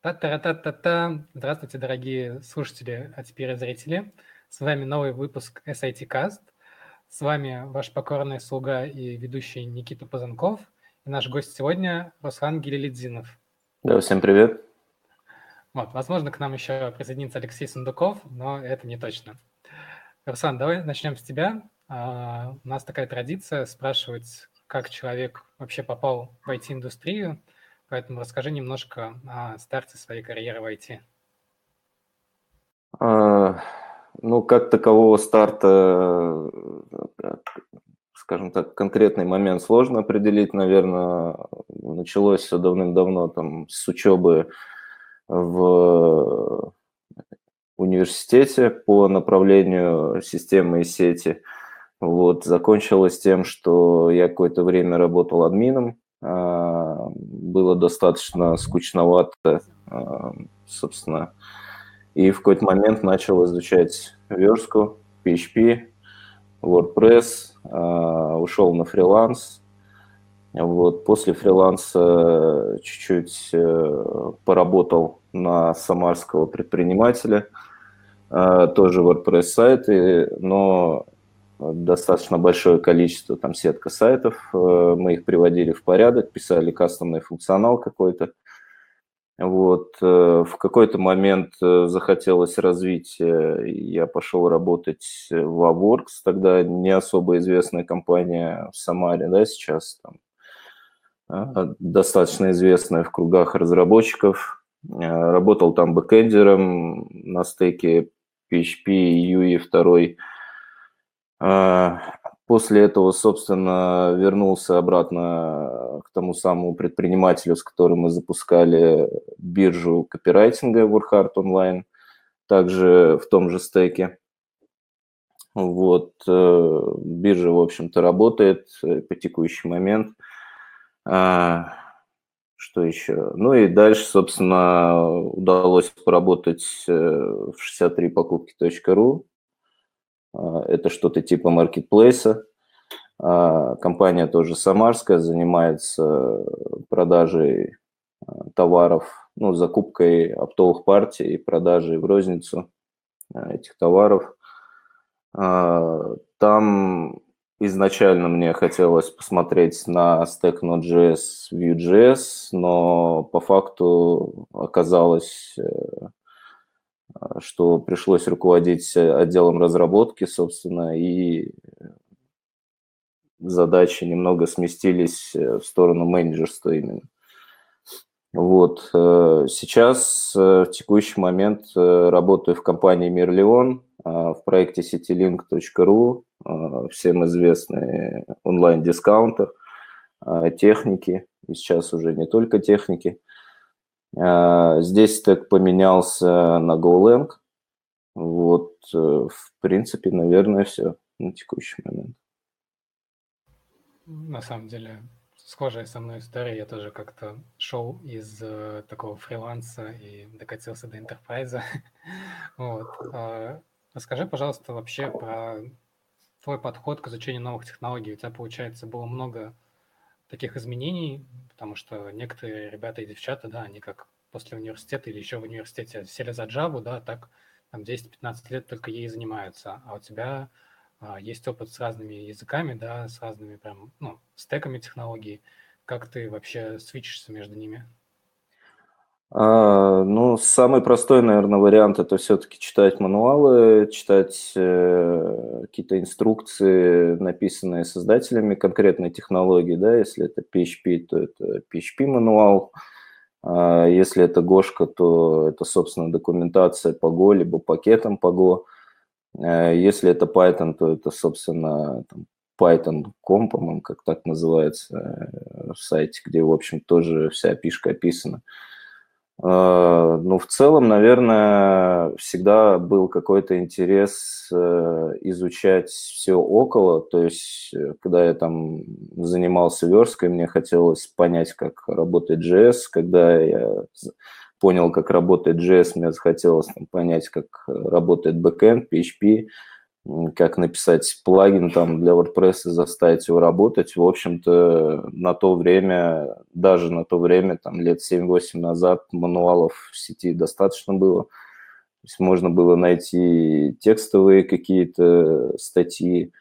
Та-та-та-та-та. Здравствуйте, дорогие слушатели, а теперь и зрители. С вами новый выпуск SIT Cast. С вами ваш покорный слуга и ведущий Никита Пазанков. И наш гость сегодня Руслан Гилелидзинов. Да, всем привет. Возможно, к нам еще присоединится Алексей Сундуков, но это не точно. Руслан, давай начнем с тебя. У нас такая традиция спрашивать, как человек вообще попал в IT-индустрию. Поэтому расскажи немножко о старте своей карьеры в IT. Как такового старта, скажем так, конкретный момент сложно определить, наверное. Началось все давным-давно там с учебы в университете по направлению системы и сети. Закончилось тем, что я какое-то время работал админом. Было достаточно скучновато, собственно. И в какой-то момент начал изучать верстку, PHP, WordPress, ушел на фриланс. После фриланса чуть-чуть поработал на самарского предпринимателя, тоже WordPress-сайты, но достаточно большое количество, там сетка сайтов, мы их приводили в порядок, писали кастомный функционал какой-то. В какой-то момент захотелось развития, я пошел работать в Upworks, тогда не особо известная компания в Самаре, да, сейчас там, достаточно известная в кругах разработчиков. Работал там бэкэндером на стеке PHP и Vue 2. После этого, собственно, вернулся обратно к тому самому предпринимателю, с которым мы запускали биржу копирайтинга WordHard Online, также в том же стеке. Биржа, в общем-то, работает по текущий момент. Что еще? И дальше, собственно, удалось поработать в 63покупки.ру. Это что-то типа маркетплейса. Компания тоже самарская, занимается продажей товаров, закупкой оптовых партий и продажей в розницу этих товаров. Там изначально мне хотелось посмотреть на стек Node.js, Vue.js, но по факту оказалось, что пришлось руководить отделом разработки, собственно, и задачи немного сместились в сторону менеджерства именно. Сейчас, в текущий момент, работаю в компании Мирлеон, в проекте citylink.ru, всем известный онлайн-дискаунтер, техники, и сейчас уже не только техники. Здесь стек поменялся на GoLang. В принципе, наверное, все на текущий момент. На самом деле, схожая со мной история. Я тоже как-то шел из такого фриланса и докатился до энтерпрайза. Расскажи, пожалуйста, вообще про твой подход к изучению новых технологий. У тебя, получается, было много таких изменений, потому что некоторые ребята и девчата, да, они как после университета или еще в университете сели за Java, да, так там 10-15 лет только ей занимаются. А у тебя есть опыт с разными языками, да, с разными прям, стеками технологий. Как ты вообще свитчишься между ними? Самый простой, наверное, вариант – это все-таки читать мануалы, читать какие-то инструкции, написанные создателями конкретной технологии, да, если это PHP, то это PHP-мануал, если это Гошка, то это, собственно, документация по Go, либо пакетом по Go. Если это Python, то это, собственно, там, Python.com, по-моему, как так называется, сайт, где, в общем, тоже вся API-шка описана. В целом, наверное, всегда был какой-то интерес изучать все около. То есть, когда я там занимался версткой, мне хотелось понять, как работает JS. Когда я понял, как работает JS, мне захотелось понять, как работает бэкэнд, PHP. как написать плагин там для WordPress и заставить его работать. В общем-то, на то время, даже на то время, там лет 7-8 назад, мануалов в сети достаточно было. То есть можно было найти текстовые какие-то статьи,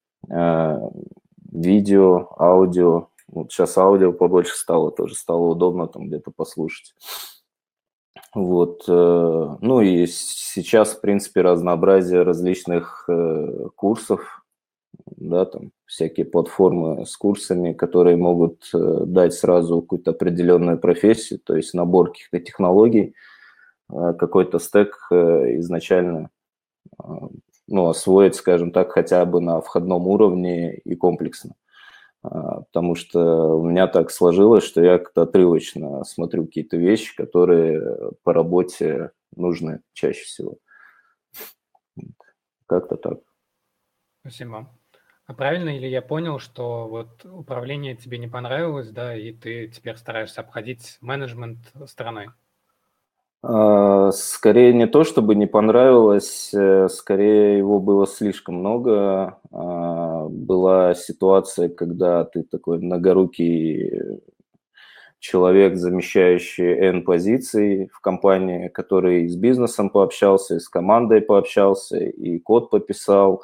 видео, аудио. Вот сейчас аудио побольше стало, тоже стало удобно там где-то послушать. Вот, ну и сейчас, в принципе, разнообразие различных курсов, да, там всякие платформы с курсами, которые могут дать сразу какую-то определенную профессию, то есть набор каких-то технологий, какой-то стек изначально, ну, освоить, скажем так, хотя бы на входном уровне и комплексно. Потому что у меня так сложилось, что я как-то отрывочно смотрю какие-то вещи, которые по работе нужны чаще всего. Как-то так. Спасибо. А правильно ли я понял, что вот управление тебе не понравилось, да, и ты теперь стараешься обходить менеджмент стороной? Скорее не то, чтобы не понравилось, скорее его было слишком много. Была ситуация, когда ты такой многорукий человек, замещающий N позиций в компании, который и с бизнесом пообщался, и с командой пообщался, и код пописал,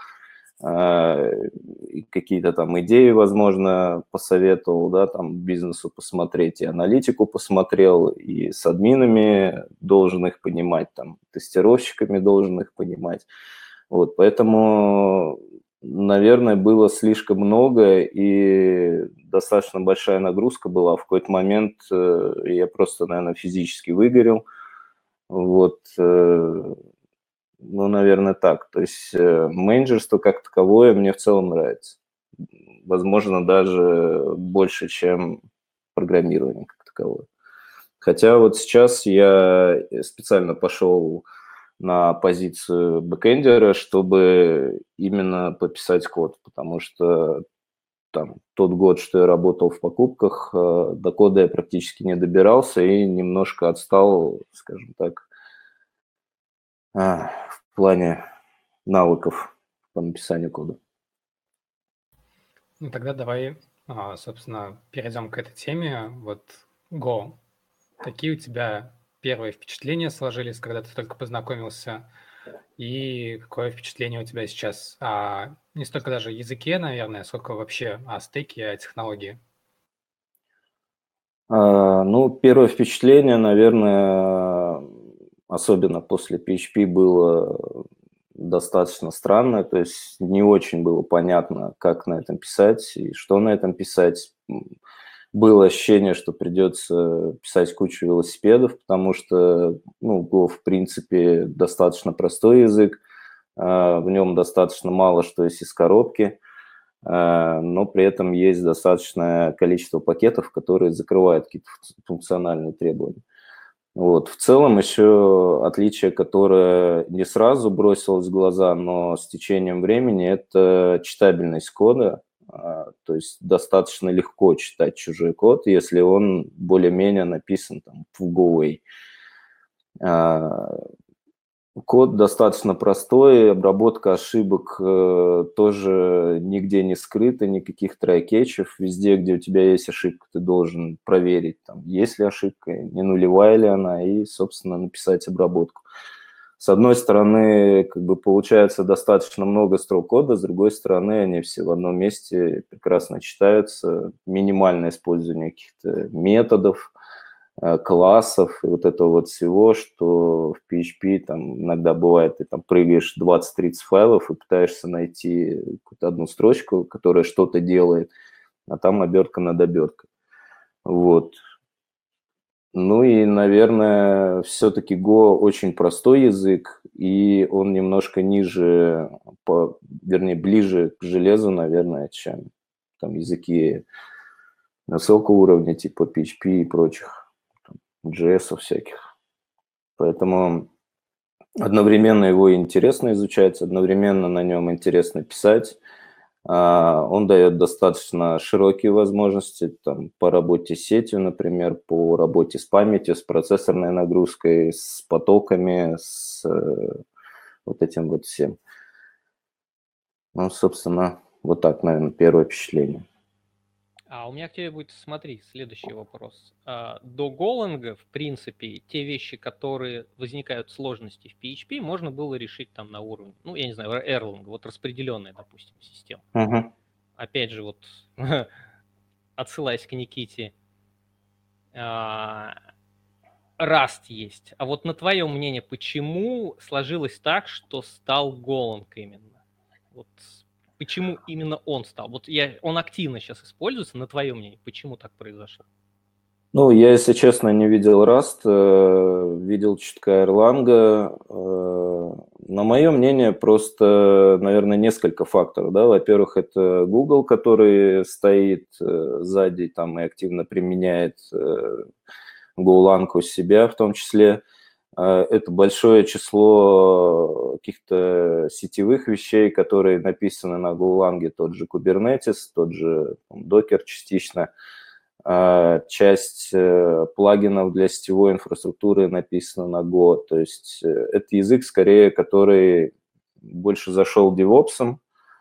и какие-то там идеи, возможно, посоветовал, да, там бизнесу посмотреть, и аналитику посмотрел, и с админами должен их понимать, там, тестировщиками должен их понимать. Вот, поэтому, наверное, было слишком много, и достаточно большая нагрузка была. В какой-то момент я просто, наверное, физически выгорел. Вот, ну, наверное, так. То есть менеджерство как таковое мне в целом нравится. Возможно, даже больше, чем программирование как таковое. Хотя вот сейчас я специально пошел на позицию бэкэндера, чтобы именно пописать код, потому что там тот год, что я работал в покупках, до кода я практически не добирался и немножко отстал, скажем так, в плане навыков по написанию кода. Ну, тогда давай, собственно, перейдем к этой теме. Вот Go. Какие у тебя первые впечатления сложились, когда ты только познакомился? И какое впечатление у тебя сейчас не столько даже о языке, наверное, сколько вообще о стеке, о технологии? Ну, первое впечатление, наверное, особенно после PHP было достаточно странное, то есть не очень было понятно, как на этом писать и что на этом писать. Было ощущение, что придется писать кучу велосипедов, потому что, ну, Go, в принципе, достаточно простой язык, в нем достаточно мало что есть из коробки, но при этом есть достаточное количество пакетов, которые закрывают какие-то функциональные требования. Вот. В целом еще отличие, которое не сразу бросилось в глаза, но с течением времени, это читабельность кода. То есть достаточно легко читать чужой код, если он более-менее написан там, в Go. Код достаточно простой, обработка ошибок тоже нигде не скрыта, никаких try-catch'ев. Везде, где у тебя есть ошибка, ты должен проверить, там, есть ли ошибка, не нулевая ли она, и, собственно, написать обработку. С одной стороны, как бы получается достаточно много строк кода, с другой стороны, они все в одном месте прекрасно читаются, минимальное использование каких-то методов, классов и вот этого вот всего, что в PHP там иногда бывает, ты там прыгаешь 20-30 файлов и пытаешься найти какую-то одну строчку, которая что-то делает, а там обертка над оберткой. Вот. Ну и, наверное, все-таки Go очень простой язык, и он немножко ниже, вернее, ближе к железу, наверное, чем там языки высокого уровня, типа PHP и прочих, JS всяких. Поэтому одновременно его интересно изучать, одновременно на нем интересно писать. Он дает достаточно широкие возможности там, по работе с сетью, например, по работе с памятью, с процессорной нагрузкой, с потоками, с вот этим вот всем. Ну, собственно, вот так, наверное, первое впечатление. А у меня к тебе будет, смотри, следующий вопрос. До Голанга, в принципе, те вещи, которые возникают сложности в PHP, можно было решить там на уровне, ну, я не знаю, Erlang, вот распределенная, допустим, система. Угу. Опять же, вот отсылаясь к Никите, Rust есть. А вот на твое мнение, почему сложилось так, что стал Golang именно? Вот почему именно он стал? Вот он активно сейчас используется, на твое мнение, почему так произошло? Ну, я, если честно, не видел Rust, видел чутка Erlang. На мое мнение, просто, наверное, несколько факторов. Да? Во-первых, это Google, который стоит сзади там, и активно применяет Golang у себя в том числе. Это большое число каких-то сетевых вещей, которые написаны на Golang, тот же Kubernetes, тот же Docker частично. Часть плагинов для сетевой инфраструктуры написана на Go. То есть это язык, скорее, который больше зашел DevOps'ом.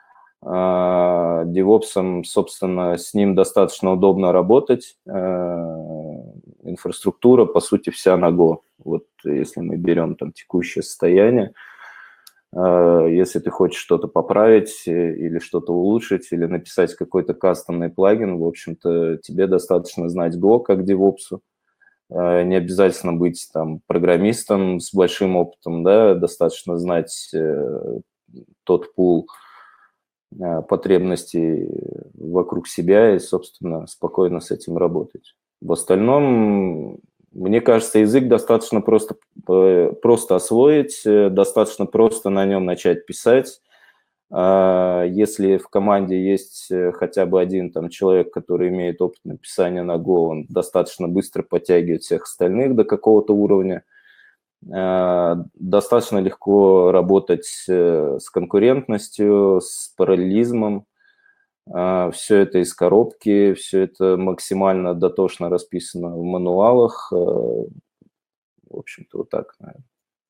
DevOps'ом, собственно, с ним достаточно удобно работать. Инфраструктура, по сути, вся на Go. Вот если мы берем там текущее состояние, если ты хочешь что-то поправить или что-то улучшить, или написать какой-то кастомный плагин, в общем-то, тебе достаточно знать Go как DevOps. Не обязательно быть там программистом с большим опытом, да, достаточно знать тот пул потребностей вокруг себя и, собственно, спокойно с этим работать. В остальном, мне кажется, язык достаточно просто освоить, достаточно просто на нем начать писать. Если в команде есть хотя бы один там человек, который имеет опыт написания на Go, он достаточно быстро подтягивает всех остальных до какого-то уровня. Достаточно легко работать с конкурентностью, с параллелизмом. Все это из коробки, все это максимально дотошно расписано в мануалах. В общем-то, вот так, наверное.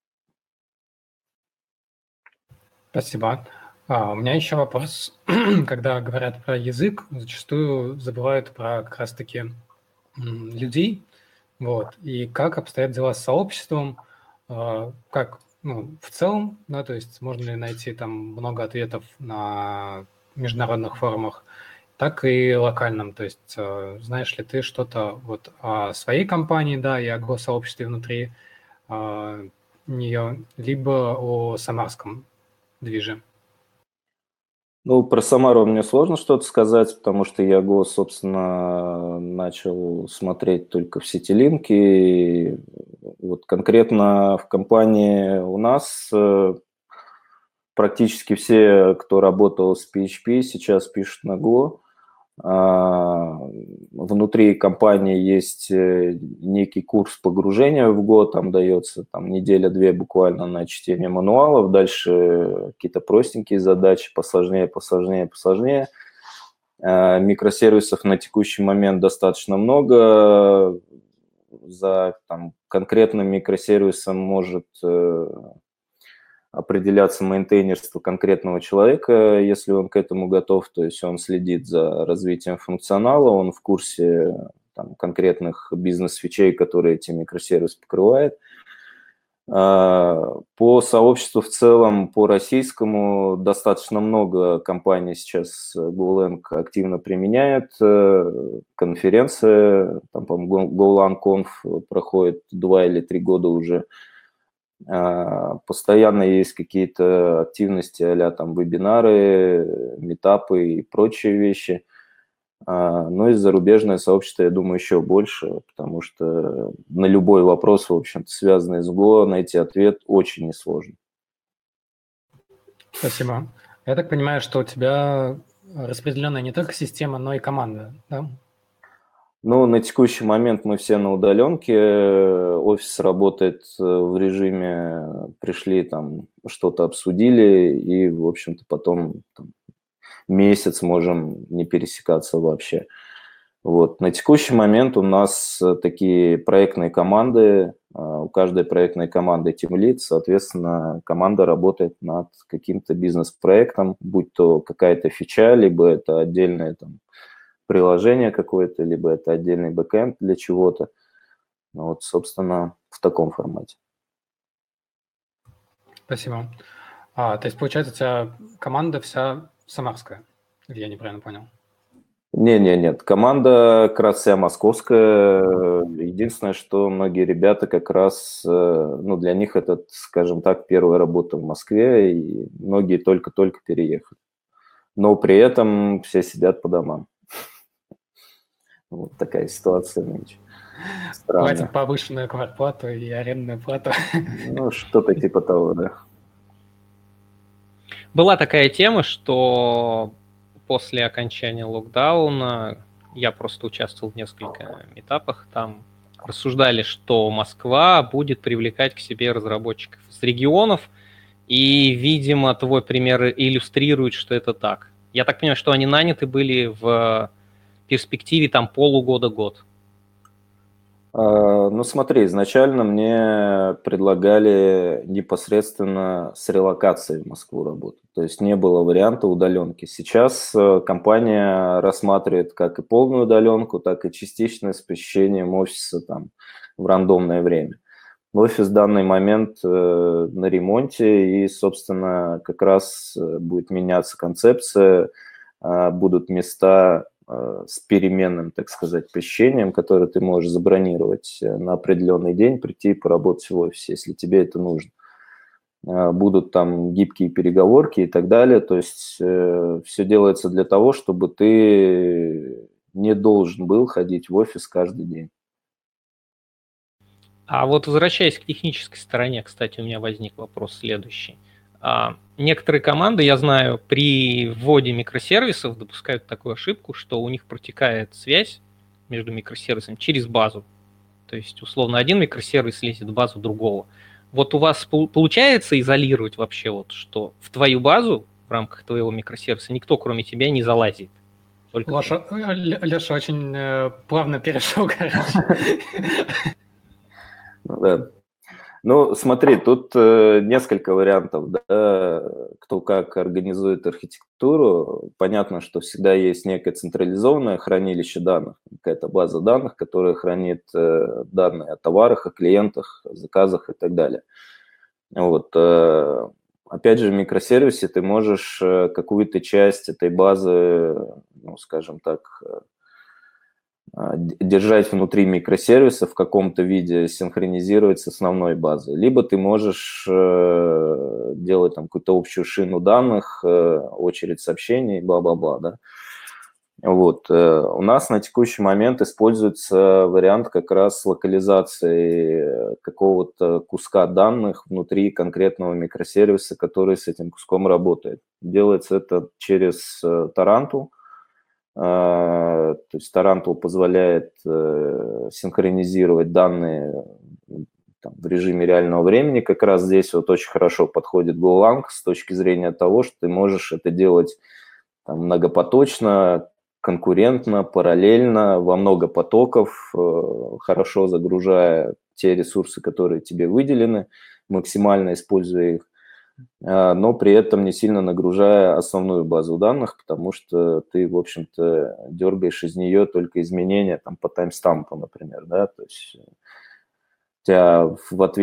Спасибо. У меня еще вопрос. Когда говорят про язык, зачастую забывают про как раз-таки людей. Вот. И как обстоят дела с сообществом, как в целом, да, то есть можно ли найти там много ответов на международных форумах, так и локальном. То есть знаешь ли ты что-то вот о своей компании, да, и о госсообществе внутри нее, либо о самарском движе? Ну, про Самару мне сложно что-то сказать, потому что я Go, собственно, начал смотреть только в Ситилинке. Вот конкретно в компании у нас практически все, кто работал с PHP, сейчас пишут на Go. Внутри компании есть некий курс погружения в Go, там дается там, неделя-две буквально на чтение мануалов, дальше какие-то простенькие задачи, посложнее. Микросервисов на текущий момент достаточно много. За там, конкретным микросервисом может определяться мейнтейнерство конкретного человека, если он к этому готов, то есть он следит за развитием функционала, он в курсе там, конкретных бизнес-фичей, которые эти микросервисы покрывает. По сообществу в целом, по российскому, достаточно много компаний сейчас GoLang активно применяет. Конференция, там, по-моему, GoLangConf проходит 2 или 3 года уже. Постоянно есть какие-то активности а-ля там вебинары, митапы и прочие вещи. Но и зарубежное сообщество, я думаю, еще больше, потому что на любой вопрос, в общем-то, связанный с Go, найти ответ очень несложно. Спасибо. Я так понимаю, что у тебя распределенная не только система, но и команда, да? Ну, на текущий момент мы все на удаленке, офис работает в режиме, пришли там, что-то обсудили, и, в общем-то, потом там, месяц можем не пересекаться вообще. Вот. На текущий момент у нас такие проектные команды, у каждой проектной команды тимлид, соответственно, команда работает над каким-то бизнес-проектом, будь то какая-то фича, либо это отдельное там приложение какое-то, либо это отдельный бэкэнд для чего-то. Вот, собственно, в таком формате. Спасибо. То есть, получается, у тебя команда вся самарская, я неправильно понял? Нет. Команда как раз вся московская. Единственное, что многие ребята как раз, для них это, скажем так, первая работа в Москве, и многие только-только переехали. Но при этом все сидят по домам. Вот такая ситуация нынче. Платят повышенную квартплату и арендную плату. Что-то типа того, да. Была такая тема, что после окончания локдауна я просто участвовал в нескольких митапах, там рассуждали, что Москва будет привлекать к себе разработчиков из регионов, и, видимо, твой пример иллюстрирует, что это так. Я так понимаю, что они наняты были в перспективе там полугода-год. Смотри, изначально мне предлагали непосредственно с релокацией в Москву работать. То есть не было варианта удаленки. Сейчас компания рассматривает как и полную удаленку, так и частичное с посещением офиса там в рандомное время. Офис в данный момент на ремонте, и, собственно, как раз будет меняться концепция, будут места с переменным, так сказать, посещением, которое ты можешь забронировать на определенный день, прийти и поработать в офисе, если тебе это нужно. Будут там гибкие переговорки и так далее. То есть все делается для того, чтобы ты не должен был ходить в офис каждый день. А вот возвращаясь к технической стороне, кстати, у меня возник вопрос следующий. Некоторые команды, я знаю, при вводе микросервисов допускают такую ошибку, что у них протекает связь между микросервисами через базу. То есть, условно, один микросервис лезет в базу другого. Вот у вас получается изолировать вообще, вот, что в твою базу в рамках твоего микросервиса никто, кроме тебя, не залазит? Леша очень плавно перешел, короче. Да. Смотри, тут несколько вариантов, да, кто как организует архитектуру. Понятно, что всегда есть некое централизованное хранилище данных, какая-то база данных, которая хранит данные о товарах, о клиентах, о заказах и так далее. Вот. Опять же, в микросервисе ты можешь какую-то часть этой базы, скажем так, держать внутри микросервиса в каком-то виде, синхронизировать с основной базой. Либо ты можешь делать там какую-то общую шину данных, очередь сообщений, бла-бла-бла, да. Вот. У нас на текущий момент используется вариант как раз локализации какого-то куска данных внутри конкретного микросервиса, который с этим куском работает. Делается это через Tarantul. То есть Tarantul позволяет синхронизировать данные там, в режиме реального времени. Как раз здесь вот очень хорошо подходит Golang с точки зрения того, что ты можешь это делать там, многопоточно, конкурентно, параллельно, во много потоков, хорошо загружая те ресурсы, которые тебе выделены, максимально используя их, но при этом не сильно нагружая основную базу данных, потому что ты, в общем-то, дергаешь из нее только изменения там, по таймстампу, например, да, то есть у тебя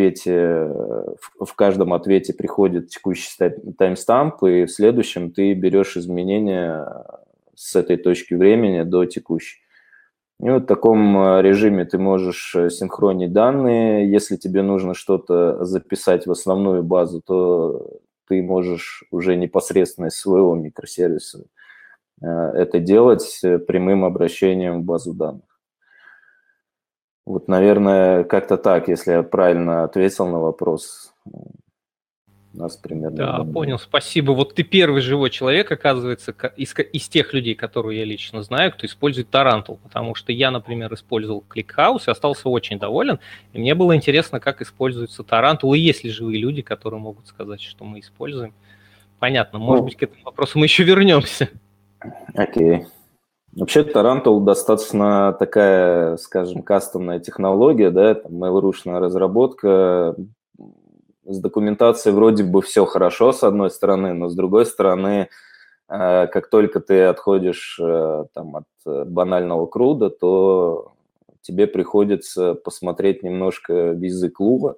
в каждом ответе приходит текущий таймстамп, и в следующем ты берешь изменения с этой точки времени до текущей. И вот в таком режиме ты можешь синхронить данные. Если тебе нужно что-то записать в основную базу, то ты можешь уже непосредственно из своего микросервиса это делать прямым обращением в базу данных. Вот, наверное, как-то так, если я правильно ответил на вопрос. У нас примерно... Да, понял, спасибо. Вот ты первый живой человек, оказывается, из тех людей, которые я лично знаю, кто использует Tarantul, потому что я, например, использовал ClickHouse и остался очень доволен, и мне было интересно, как используется Tarantul, и есть ли живые люди, которые могут сказать, что мы используем. Понятно, может быть, к этому вопросу мы еще вернемся. Окей. Вообще Tarantul достаточно такая, скажем, кастомная технология, да, там mail.ru-шная разработка. С документацией вроде бы все хорошо, с одной стороны, но с другой стороны, как только ты отходишь там, от банального круда, то тебе приходится посмотреть немножко в язык Lua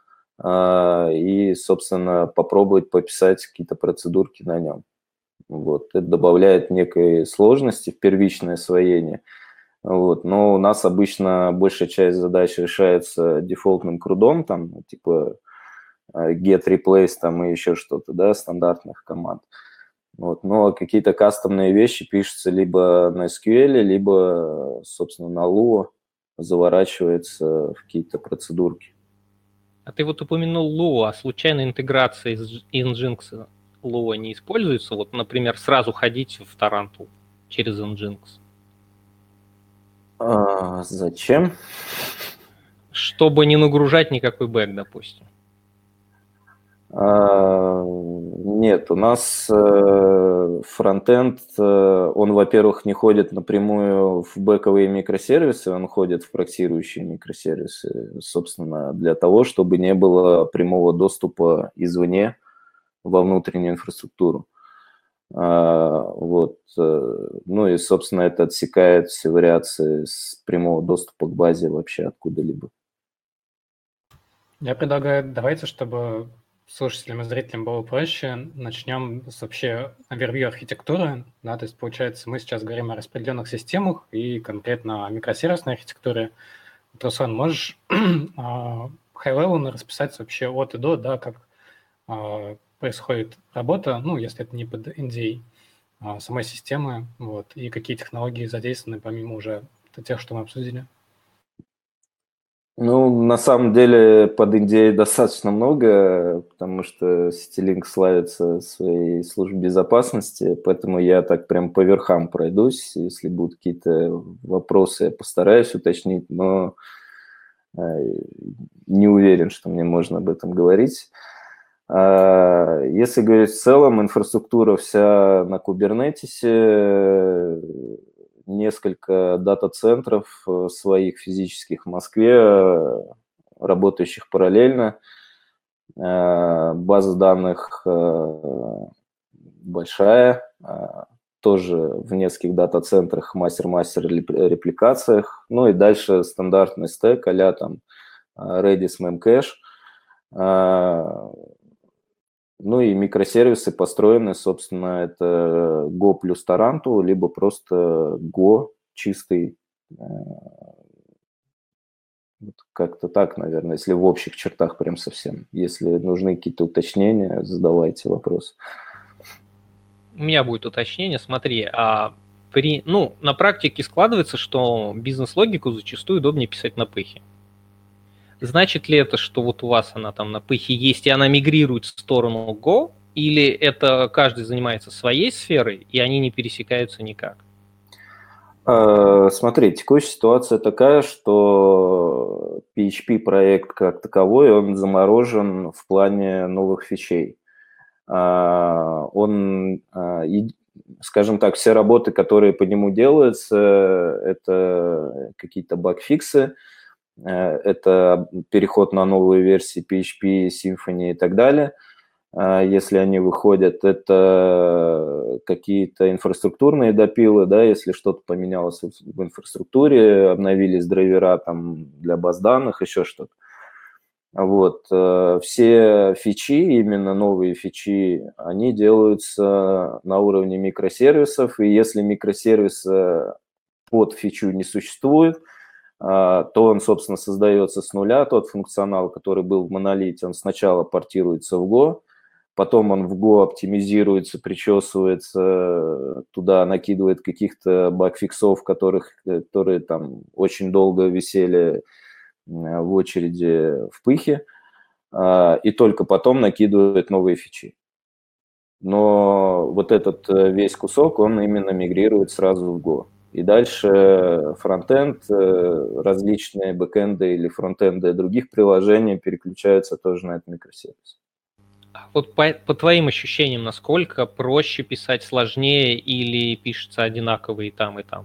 и, собственно, попробовать пописать какие-то процедурки на нем. Вот. Это добавляет некой сложности в первичное освоение. Вот. Но у нас обычно большая часть задач решается дефолтным крудом, там, типа get, replace там, и еще что-то, да, стандартных команд. Вот. Но какие-то кастомные вещи пишутся либо на SQL, либо, собственно, на Lua заворачивается в какие-то процедурки. А ты вот упомянул Lua, а случайно интеграция из Nginx Lua не используется? Вот, например, сразу ходить в Tarantul через Nginx. Зачем? Чтобы не нагружать никакой бэк, допустим. Нет, у нас фронтенд, он, во-первых, не ходит напрямую в бэковые микросервисы, он ходит в проксирующие микросервисы, собственно, для того, чтобы не было прямого доступа извне во внутреннюю инфраструктуру. Вот. Ну и, собственно, это отсекает все вариации с прямого доступа к базе вообще откуда-либо. Я предлагаю, давайте, чтобы слушателям и зрителям было проще, начнем с вообще овервью архитектуры. Да, то есть, получается, мы сейчас говорим о распределенных системах и конкретно о микросервисной архитектуре. Руслан, можешь high-level расписать вообще от и до, да, как происходит работа, ну, если это не под NDA, самой системы, вот, и какие технологии задействованы, помимо уже тех, что мы обсудили? Ну, на самом деле под NDA достаточно много, потому что CityLink славится своей службой безопасности, поэтому я так прям по верхам пройдусь. Если будут какие-то вопросы, я постараюсь уточнить, но не уверен, что мне можно об этом говорить. Если говорить в целом, инфраструктура вся на Kubernetes, несколько дата-центров своих физических в Москве, работающих параллельно. База данных большая, тоже в нескольких дата-центрах, мастер-мастер репликациях. Ну и дальше стандартный стек а-ля там Redis, Memcache. Ну и микросервисы построены, собственно, это Go плюс Tarantul, либо просто Go чистый. Вот как-то так, наверное, если в общих чертах прям совсем. Если нужны какие-то уточнения, задавайте вопрос. У меня будет уточнение. Смотри, на практике складывается, что бизнес-логику зачастую удобнее писать на пыхе. Значит ли это, что вот у вас она там на пыхе есть, и она мигрирует в сторону Go, или это каждый занимается своей сферой, и они не пересекаются никак? Смотри, текущая ситуация такая, что PHP-проект как таковой, он заморожен в плане новых фичей. Он, скажем так, все работы, которые по нему делаются, это какие-то баг-фиксы, это переход на новые версии PHP, Symfony и так далее. Если они выходят, это какие-то инфраструктурные допилы, да, если что-то поменялось в инфраструктуре, обновились драйвера там для баз данных, еще что-то. Вот. Все фичи, именно новые фичи, они делаются на уровне микросервисов, и если микросервиса под фичу не существует, то он, собственно, создается с нуля, тот функционал, который был в монолите, он сначала портируется в Go, потом он в Go оптимизируется, причесывается, туда накидывает каких-то баг-фиксов, которые там очень долго висели в очереди в пыхе, и только потом накидывает новые фичи. Но вот этот весь кусок, он именно мигрирует сразу в Go. И дальше фронтенд, различные бэкэнды или фронтенды других приложений переключаются тоже на этот микросервис. Вот по твоим ощущениям, насколько проще писать, сложнее или пишется одинаково и там, и там?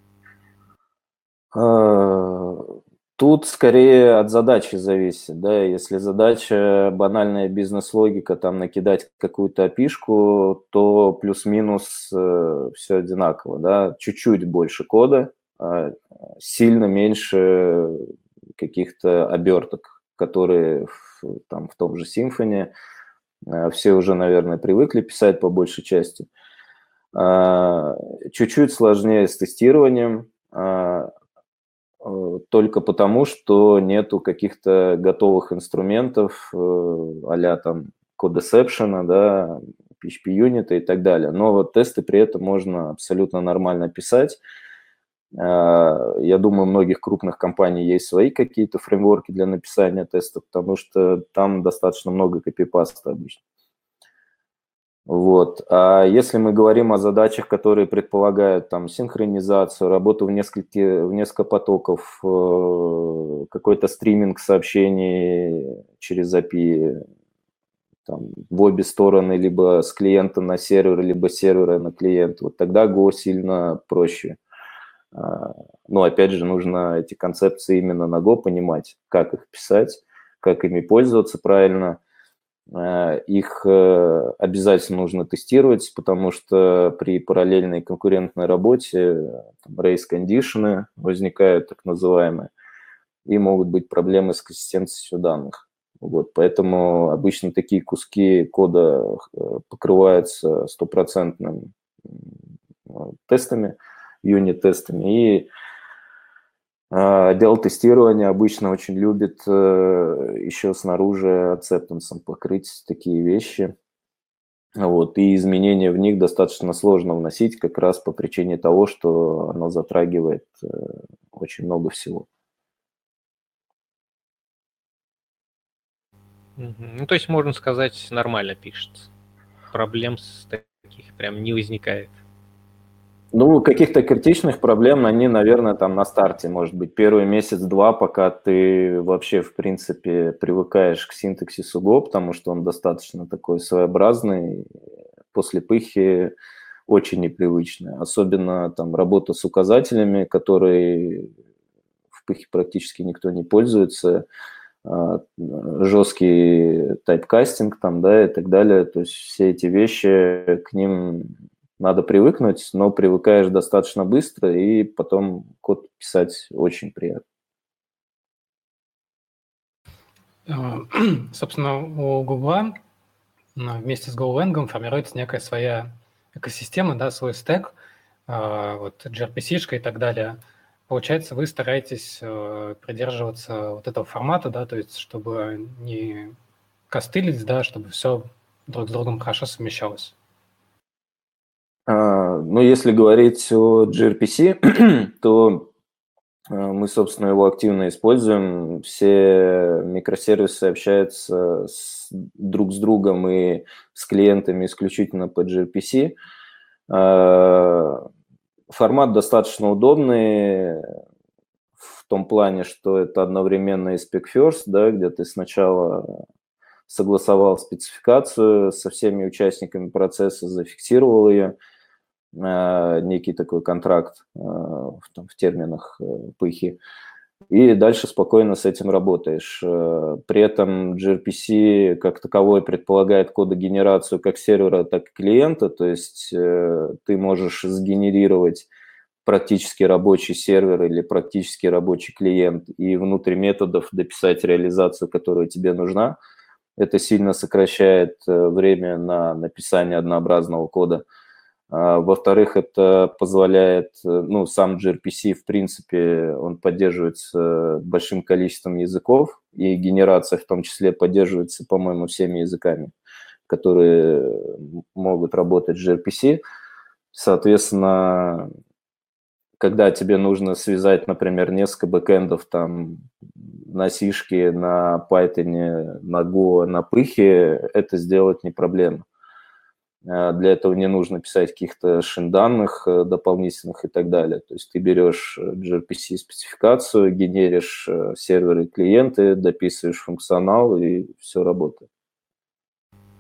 Тут скорее от задачи зависит, да, если задача банальная бизнес-логика, там накидать какую-то опишку, то плюс-минус все одинаково, да, чуть-чуть больше кода, сильно меньше каких-то оберток, которые там, в том же Symfony все уже, наверное, привыкли писать по большей части. Чуть-чуть сложнее с тестированием, только потому, что нету каких-то готовых инструментов а-ля там Codeception, да, PHP-юнита и так далее. Но вот тесты при этом можно абсолютно нормально писать. Я думаю, у многих крупных компаний есть свои какие-то фреймворки для написания тестов, потому что там достаточно много копипаста обычно. Вот. А если мы говорим о задачах, которые предполагают там синхронизацию, работу в несколько потоков, какой-то стриминг сообщений через API там, в обе стороны, либо с клиента на сервер, либо с сервера на клиент, вот тогда Go сильно проще. Но опять же нужно эти концепции именно на Go понимать, как их писать, как ими пользоваться правильно. Их обязательно нужно тестировать, потому что при параллельной конкурентной работе race-кондишены возникают так называемые, и могут быть проблемы с консистентностью данных. Вот, поэтому обычно такие куски кода покрываются стопроцентными тестами, юнит-тестами, и отдел тестирования обычно очень любит еще снаружи ацептансом покрыть такие вещи. Вот, и изменения в них достаточно сложно вносить как раз по причине того, что оно затрагивает очень много всего. Ну, то есть, можно сказать, нормально пишется. Проблем с таких прям не возникает. Ну, каких-то критичных проблем, они, наверное, там на старте, может быть, первый месяц-два, пока ты вообще, в принципе, привыкаешь к синтаксису Go, потому что он достаточно такой своеобразный, после пыхи очень непривычный. Особенно там работа с указателями, которые в пыхе практически никто не пользуется, жесткий тайпкастинг там, да, и так далее. То есть все эти вещи, к ним надо привыкнуть, но привыкаешь достаточно быстро, и потом код писать очень приятно. Собственно, у Гугла вместе с GoLang формируется некая своя экосистема, да, свой стек, вот gRPC-шка и так далее. Получается, вы стараетесь придерживаться вот этого формата, да, то есть чтобы не костылить, да, чтобы все друг с другом хорошо совмещалось. Ну, если говорить о gRPC, то мы, собственно, его активно используем. Все микросервисы общаются друг с другом и с клиентами исключительно по gRPC. Формат достаточно удобный в том плане, что это одновременно и spec first, да, где ты сначала согласовал спецификацию со всеми участниками процесса, зафиксировал ее, некий такой контракт в терминах пыхи, и дальше спокойно с этим работаешь. При этом gRPC как таковой предполагает кодогенерацию как сервера, так и клиента, то есть ты можешь сгенерировать практически рабочий сервер или практически рабочий клиент и внутри методов дописать реализацию, которая тебе нужна. Это сильно сокращает время на написание однообразного кода. Во-вторых, это позволяет, ну, сам gRPC, в принципе, он поддерживается большим количеством языков, и генерация в том числе поддерживается, по-моему, всеми языками, которые могут работать с gRPC. Соответственно, когда тебе нужно связать, например, несколько бэкэндов там на C-шке, на Python, на Go, на пыхе, это сделать не проблема. Для этого не нужно писать каких-то шин-данных дополнительных и так далее. То есть ты берешь gRPC-спецификацию, генеришь серверы и клиенты, дописываешь функционал, и все работает.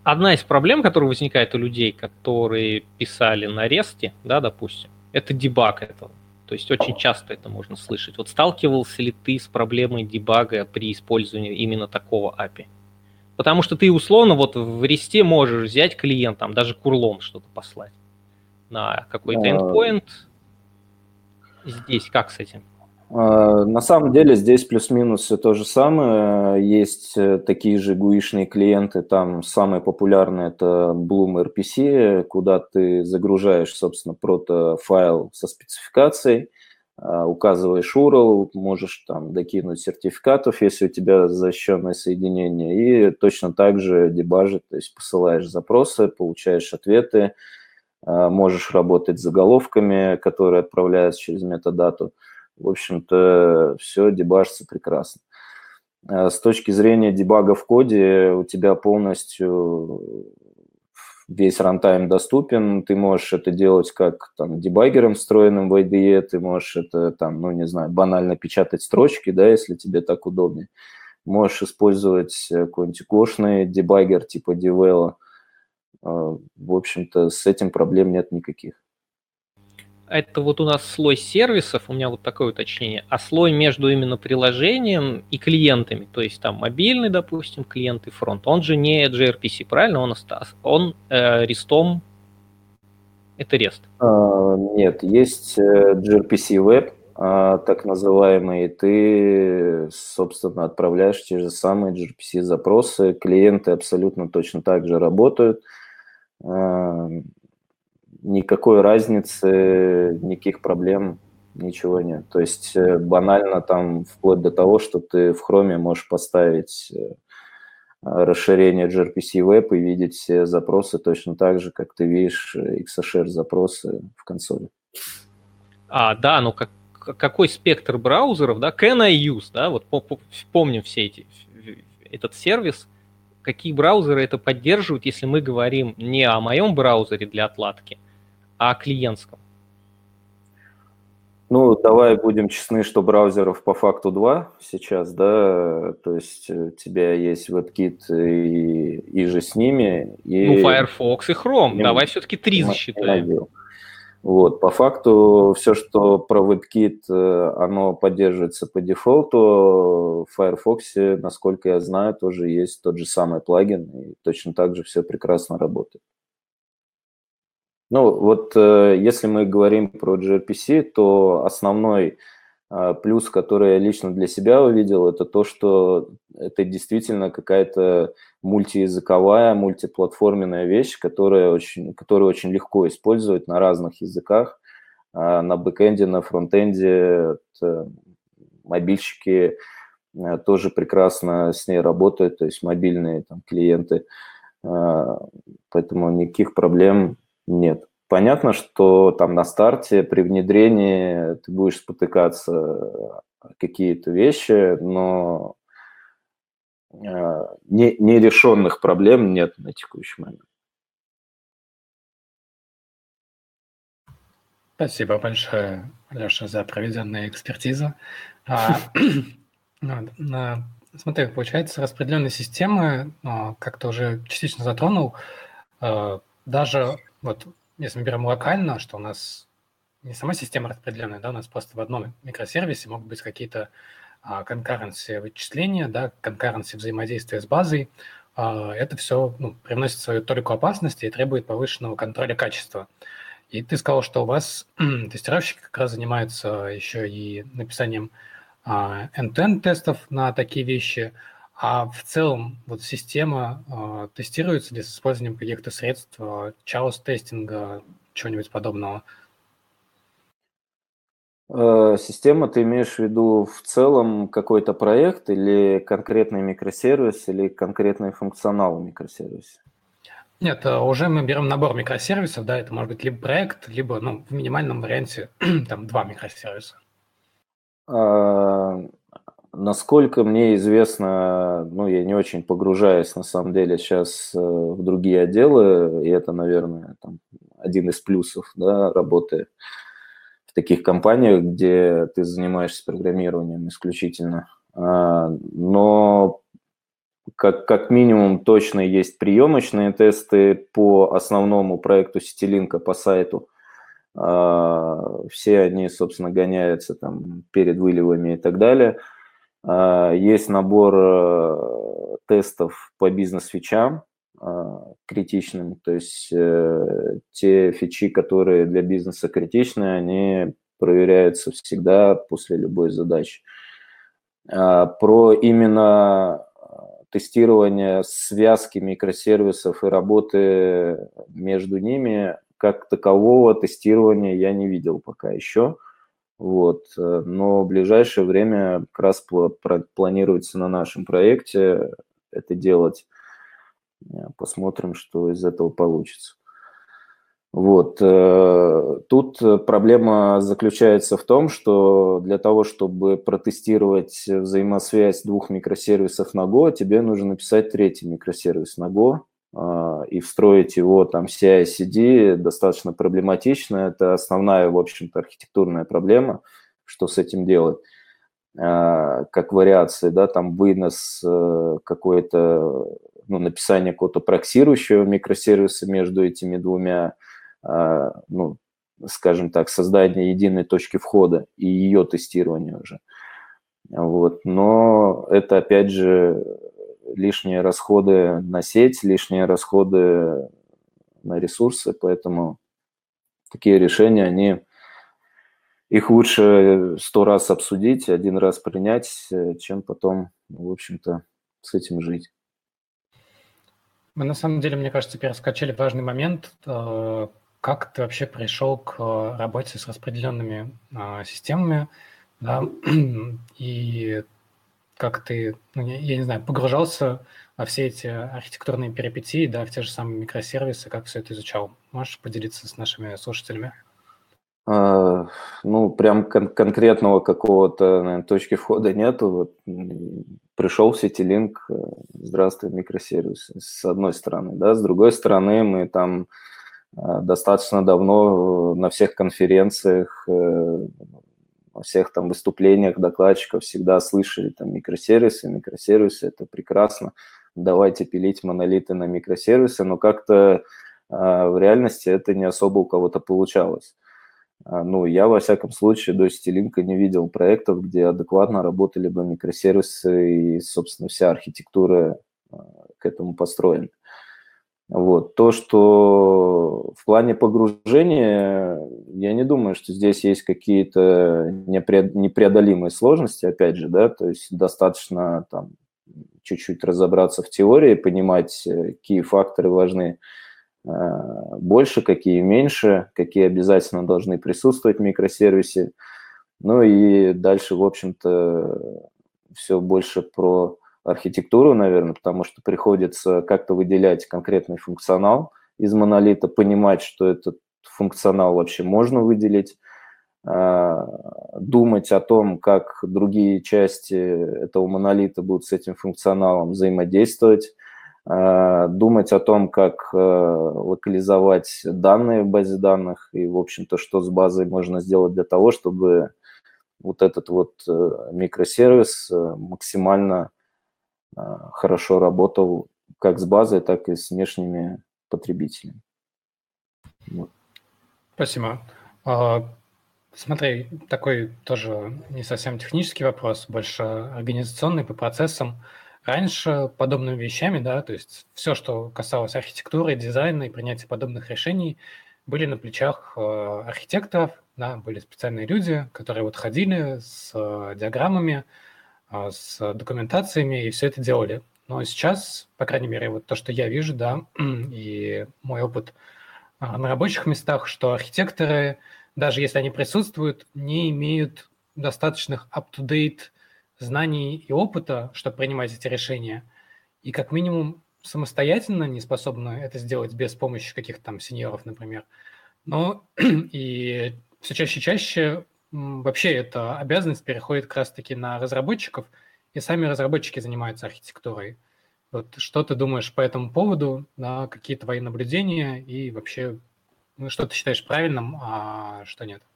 Одна из проблем, которая возникает у людей, которые писали на REST, да, допустим, это дебаг этого. То есть очень часто это можно слышать. Вот сталкивался ли ты с проблемой дебага при использовании именно такого API? Потому что ты условно вот в REST можешь взять клиент, там даже курлом что-то послать на какой-то endpoint. Здесь как с этим? На самом деле здесь плюс-минус все то же самое. Есть такие же GUI-шные клиенты, там самый популярный это Bloom RPC, куда ты загружаешь, собственно, прото-файл со спецификацией, указываешь URL, можешь там докинуть сертификатов, если у тебя защищенное соединение, и точно так же дебажит, то есть посылаешь запросы, получаешь ответы, можешь работать с заголовками, которые отправляются через метадату. В общем-то, все дебажится прекрасно. С точки зрения дебага в коде у тебя полностью весь рантайм доступен, ты можешь это делать как там дебаггером, встроенным в IDE, ты можешь это там, ну не знаю, банально печатать строчки, да, если тебе так удобнее. Можешь использовать какой-нибудь гошный дебаггер типа Develo. В общем-то, с этим проблем нет никаких. Это вот у нас слой сервисов, у меня вот такое уточнение, а слой между именно приложением и клиентами, то есть там мобильный, допустим, клиент и фронт, он же не gRPC, правильно? Он REST-ом, это REST. Нет, есть gRPC Web, так называемый, ты, собственно, отправляешь те же самые gRPC-запросы, клиенты абсолютно точно так же работают, никакой разницы, никаких проблем, ничего нет. То есть банально там вплоть до того, что ты в Chrome можешь поставить расширение gRPC Web и видеть все запросы точно так же, как ты видишь XHR запросы в консоли. Да, ну какой спектр браузеров, да, can I use, да, вот помним этот сервис, какие браузеры это поддерживают, если мы говорим не о моем браузере для отладки, а о клиентском. Ну, давай будем честны, что браузеров по факту 2 сейчас, да, то есть у тебя есть WebKit и же с ними. И ну, Firefox и Chrome, давай все-таки 3 засчитаем. Вот, по факту все, что про WebKit, оно поддерживается по дефолту. В Firefox, насколько я знаю, тоже есть тот же самый плагин, и точно так же все прекрасно работает. Ну, вот если мы говорим про gRPC, то основной плюс, который я лично для себя увидел, это то, что это действительно какая-то мультиязыковая, мультиплатформенная вещь, которую очень легко использовать на разных языках, на бэкэнде, на фронтенде. Мобильщики тоже прекрасно с ней работают, то есть мобильные там, клиенты, поэтому никаких проблем нет. Понятно, что там на старте при внедрении ты будешь спотыкаться какие-то вещи, но нерешенных проблем нет на текущий момент. Спасибо большое, Леша, за проведенную экспертизу. Смотри, получается, распределенные системы, как ты уже частично затронул, даже вот если мы берем локально, что у нас не сама система распределенная, да, у нас просто в одном микросервисе могут быть какие-то конкуренции вычисления, да, конкуренции взаимодействия с базой. Это все привносит свою толику опасности и требует повышенного контроля качества. И ты сказал, что у вас тестировщики как раз занимаются еще и написанием end-to-end тестов на такие вещи, а в целом вот система тестируется ли с использованием каких-то средств, chaos-тестинга, чего-нибудь подобного? Система, ты имеешь в виду в целом какой-то проект или конкретный микросервис, или конкретный функционал в микросервисе? Нет, уже мы берем набор микросервисов, да, это может быть либо проект, либо, в минимальном варианте там 2 микросервиса. Насколько мне известно, я не очень погружаюсь на самом деле сейчас в другие отделы, и это, наверное, там, один из плюсов, да, работы в таких компаниях, где ты занимаешься программированием исключительно. Но как минимум точно есть приемочные тесты по основному проекту CityLink по сайту. Все они, собственно, гоняются там перед выливами и так далее. Есть набор тестов по бизнес-фичам критичным, то есть те фичи, которые для бизнеса критичны, они проверяются всегда после любой задачи. Про именно тестирование связки микросервисов и работы между ними, как такового тестирования я не видел пока еще. Вот. Но в ближайшее время как раз планируется на нашем проекте это делать. Посмотрим, что из этого получится. Вот. Тут проблема заключается в том, что для того, чтобы протестировать взаимосвязь двух микросервисов на Go, тебе нужно написать третий микросервис на Go и встроить его там CI/CD достаточно проблематично. Это основная, в общем-то, архитектурная проблема, что с этим делать. Как вариации, да, там вынос какой-то, написание какого-то проксирующего микросервиса между этими двумя, скажем так, создание единой точки входа и ее тестирование уже. Вот. Но это, опять же, лишние расходы на сеть, лишние расходы на ресурсы, поэтому такие решения, их лучше 100 раз обсудить, 1 раз принять, чем потом, в общем-то, с этим жить. Мы, на самом деле, мне кажется, перескочили важный момент. Как ты вообще пришел к работе с распределенными системами, да, и как ты, я не знаю, погружался во все эти архитектурные перипетии, да, в те же самые микросервисы, как все это изучал? Можешь поделиться с нашими слушателями? Прям конкретного какого-то, наверное, точки входа нету. Вот, пришел в CityLink, здравствуй, микросервис, с одной стороны, да, с другой стороны, мы там достаточно давно на всех конференциях, во всех там выступлениях докладчиков всегда слышали там микросервисы, это прекрасно, давайте пилить монолиты на микросервисы, но как-то в реальности это не особо у кого-то получалось. Я, во всяком случае, до CityLink не видел проектов, где адекватно работали бы микросервисы и, собственно, вся архитектура к этому построена. Вот. То, что в плане погружения, я не думаю, что здесь есть какие-то непреодолимые сложности, опять же, да, то есть достаточно там чуть-чуть разобраться в теории, понимать, какие факторы важны больше, какие меньше, какие обязательно должны присутствовать в микросервисе. И дальше, в общем-то, все больше про архитектуру, наверное, потому что приходится как-то выделять конкретный функционал из монолита, понимать, что этот функционал вообще можно выделить, думать о том, как другие части этого монолита будут с этим функционалом взаимодействовать, думать о том, как локализовать данные в базе данных и, в общем-то, что с базой можно сделать для того, чтобы вот этот вот микросервис максимально хорошо работал как с базой, так и с внешними потребителями. Вот. Спасибо. Смотри, такой тоже не совсем технический вопрос, больше организационный по процессам. Раньше подобными вещами, да, то есть все, что касалось архитектуры, дизайна и принятия подобных решений, были на плечах архитекторов, да, были специальные люди, которые вот ходили с диаграммами, с документациями и все это делали. Но сейчас, по крайней мере, вот то, что я вижу, да, и мой опыт на рабочих местах, что архитекторы, даже если они присутствуют, не имеют достаточных up-to-date знаний и опыта, чтобы принимать эти решения, и как минимум самостоятельно не способны это сделать без помощи каких-то там сеньоров, например. Но и все чаще и чаще вообще эта обязанность переходит как раз-таки на разработчиков, и сами разработчики занимаются архитектурой. Вот что ты думаешь по этому поводу, да, какие твои наблюдения и вообще, что ты считаешь правильным, а что нет?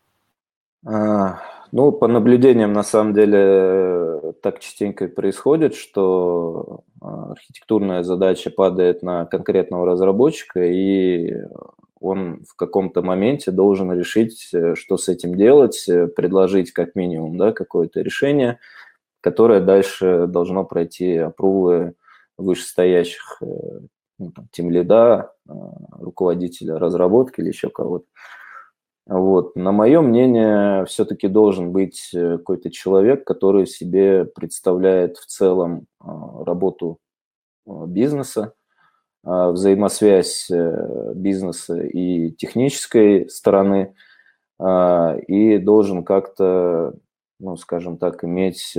По наблюдениям, на самом деле, так частенько и происходит, что архитектурная задача падает на конкретного разработчика, и он в каком-то моменте должен решить, что с этим делать, предложить как минимум, да, какое-то решение, которое дальше должно пройти апрувы вышестоящих тимлида, руководителя разработки или еще кого-то. Вот. На мое мнение, все-таки должен быть какой-то человек, который себе представляет в целом работу бизнеса, взаимосвязь бизнеса и технической стороны, и должен как-то, ну, скажем так, иметь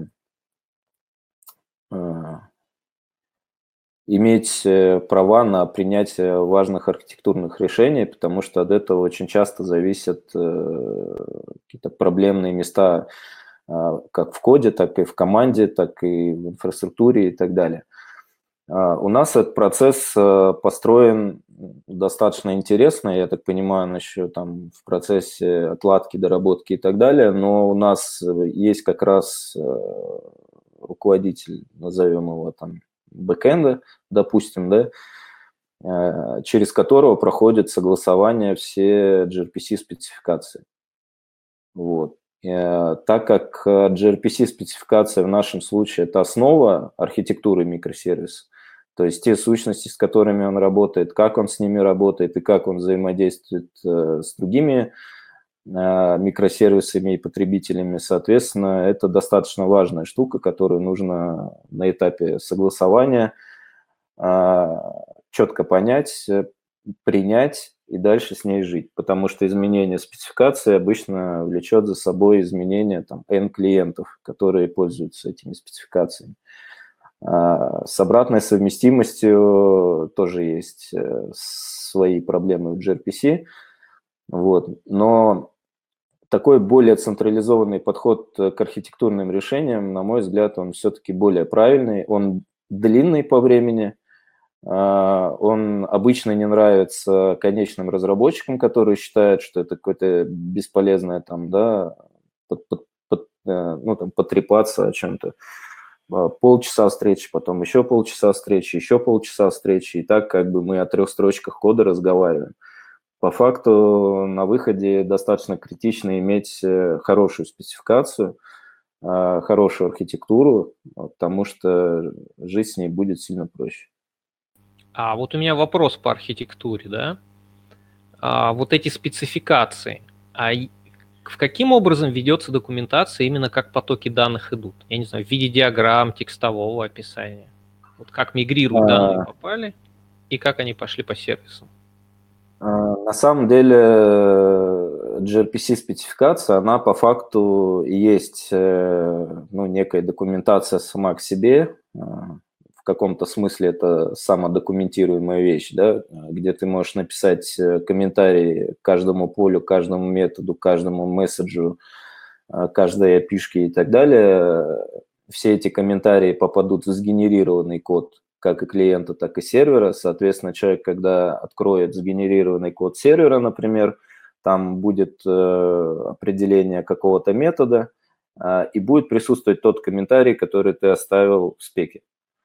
права на принятие важных архитектурных решений, потому что от этого очень часто зависят какие-то проблемные места как в коде, так и в команде, так и в инфраструктуре и так далее. У нас этот процесс построен достаточно интересно, я так понимаю, он еще там в процессе отладки, доработки и так далее, но у нас есть как раз руководитель, назовем его там бэкэнда, допустим, да, через которого проходит согласование все gRPC-спецификации. Вот. Так как gRPC-спецификация в нашем случае – это основа архитектуры микросервиса, то есть те сущности, с которыми он работает, как он с ними работает и как он взаимодействует с другими микросервисами и потребителями, соответственно, это достаточно важная штука, которую нужно на этапе согласования четко понять, принять и дальше с ней жить, потому что изменение спецификации обычно влечет за собой изменение там N клиентов, которые пользуются этими спецификациями. С обратной совместимостью тоже есть свои проблемы в gRPC, вот. Но такой более централизованный подход к архитектурным решениям, на мой взгляд, он все-таки более правильный, он длинный по времени, он обычно не нравится конечным разработчикам, которые считают, что это какое-то бесполезное там, да, потрепаться о чем-то. Полчаса встречи, потом еще полчаса встречи, еще полчаса встречи, и так как бы мы о 3 строчках кода разговариваем. По факту на выходе достаточно критично иметь хорошую спецификацию, хорошую архитектуру, потому что жить с ней будет сильно проще. А вот у меня вопрос по архитектуре, да? Вот эти спецификации, в каким образом ведется документация, именно как потоки данных идут? Я не знаю, в виде диаграмм, текстового описания. Вот как мигрируют данные попали и как они пошли по сервисам? На самом деле gRPC-спецификация, она по факту есть некая документация сама к себе. В каком-то смысле это самодокументируемая вещь, да, где ты можешь написать комментарии к каждому полю, каждому методу, каждому месседжу, каждой API-шке и так далее. Все эти комментарии попадут в сгенерированный код как и клиента, так и сервера. Соответственно, человек, когда откроет сгенерированный код сервера, например, там будет определение какого-то метода, и будет присутствовать тот комментарий, который ты оставил в спеке.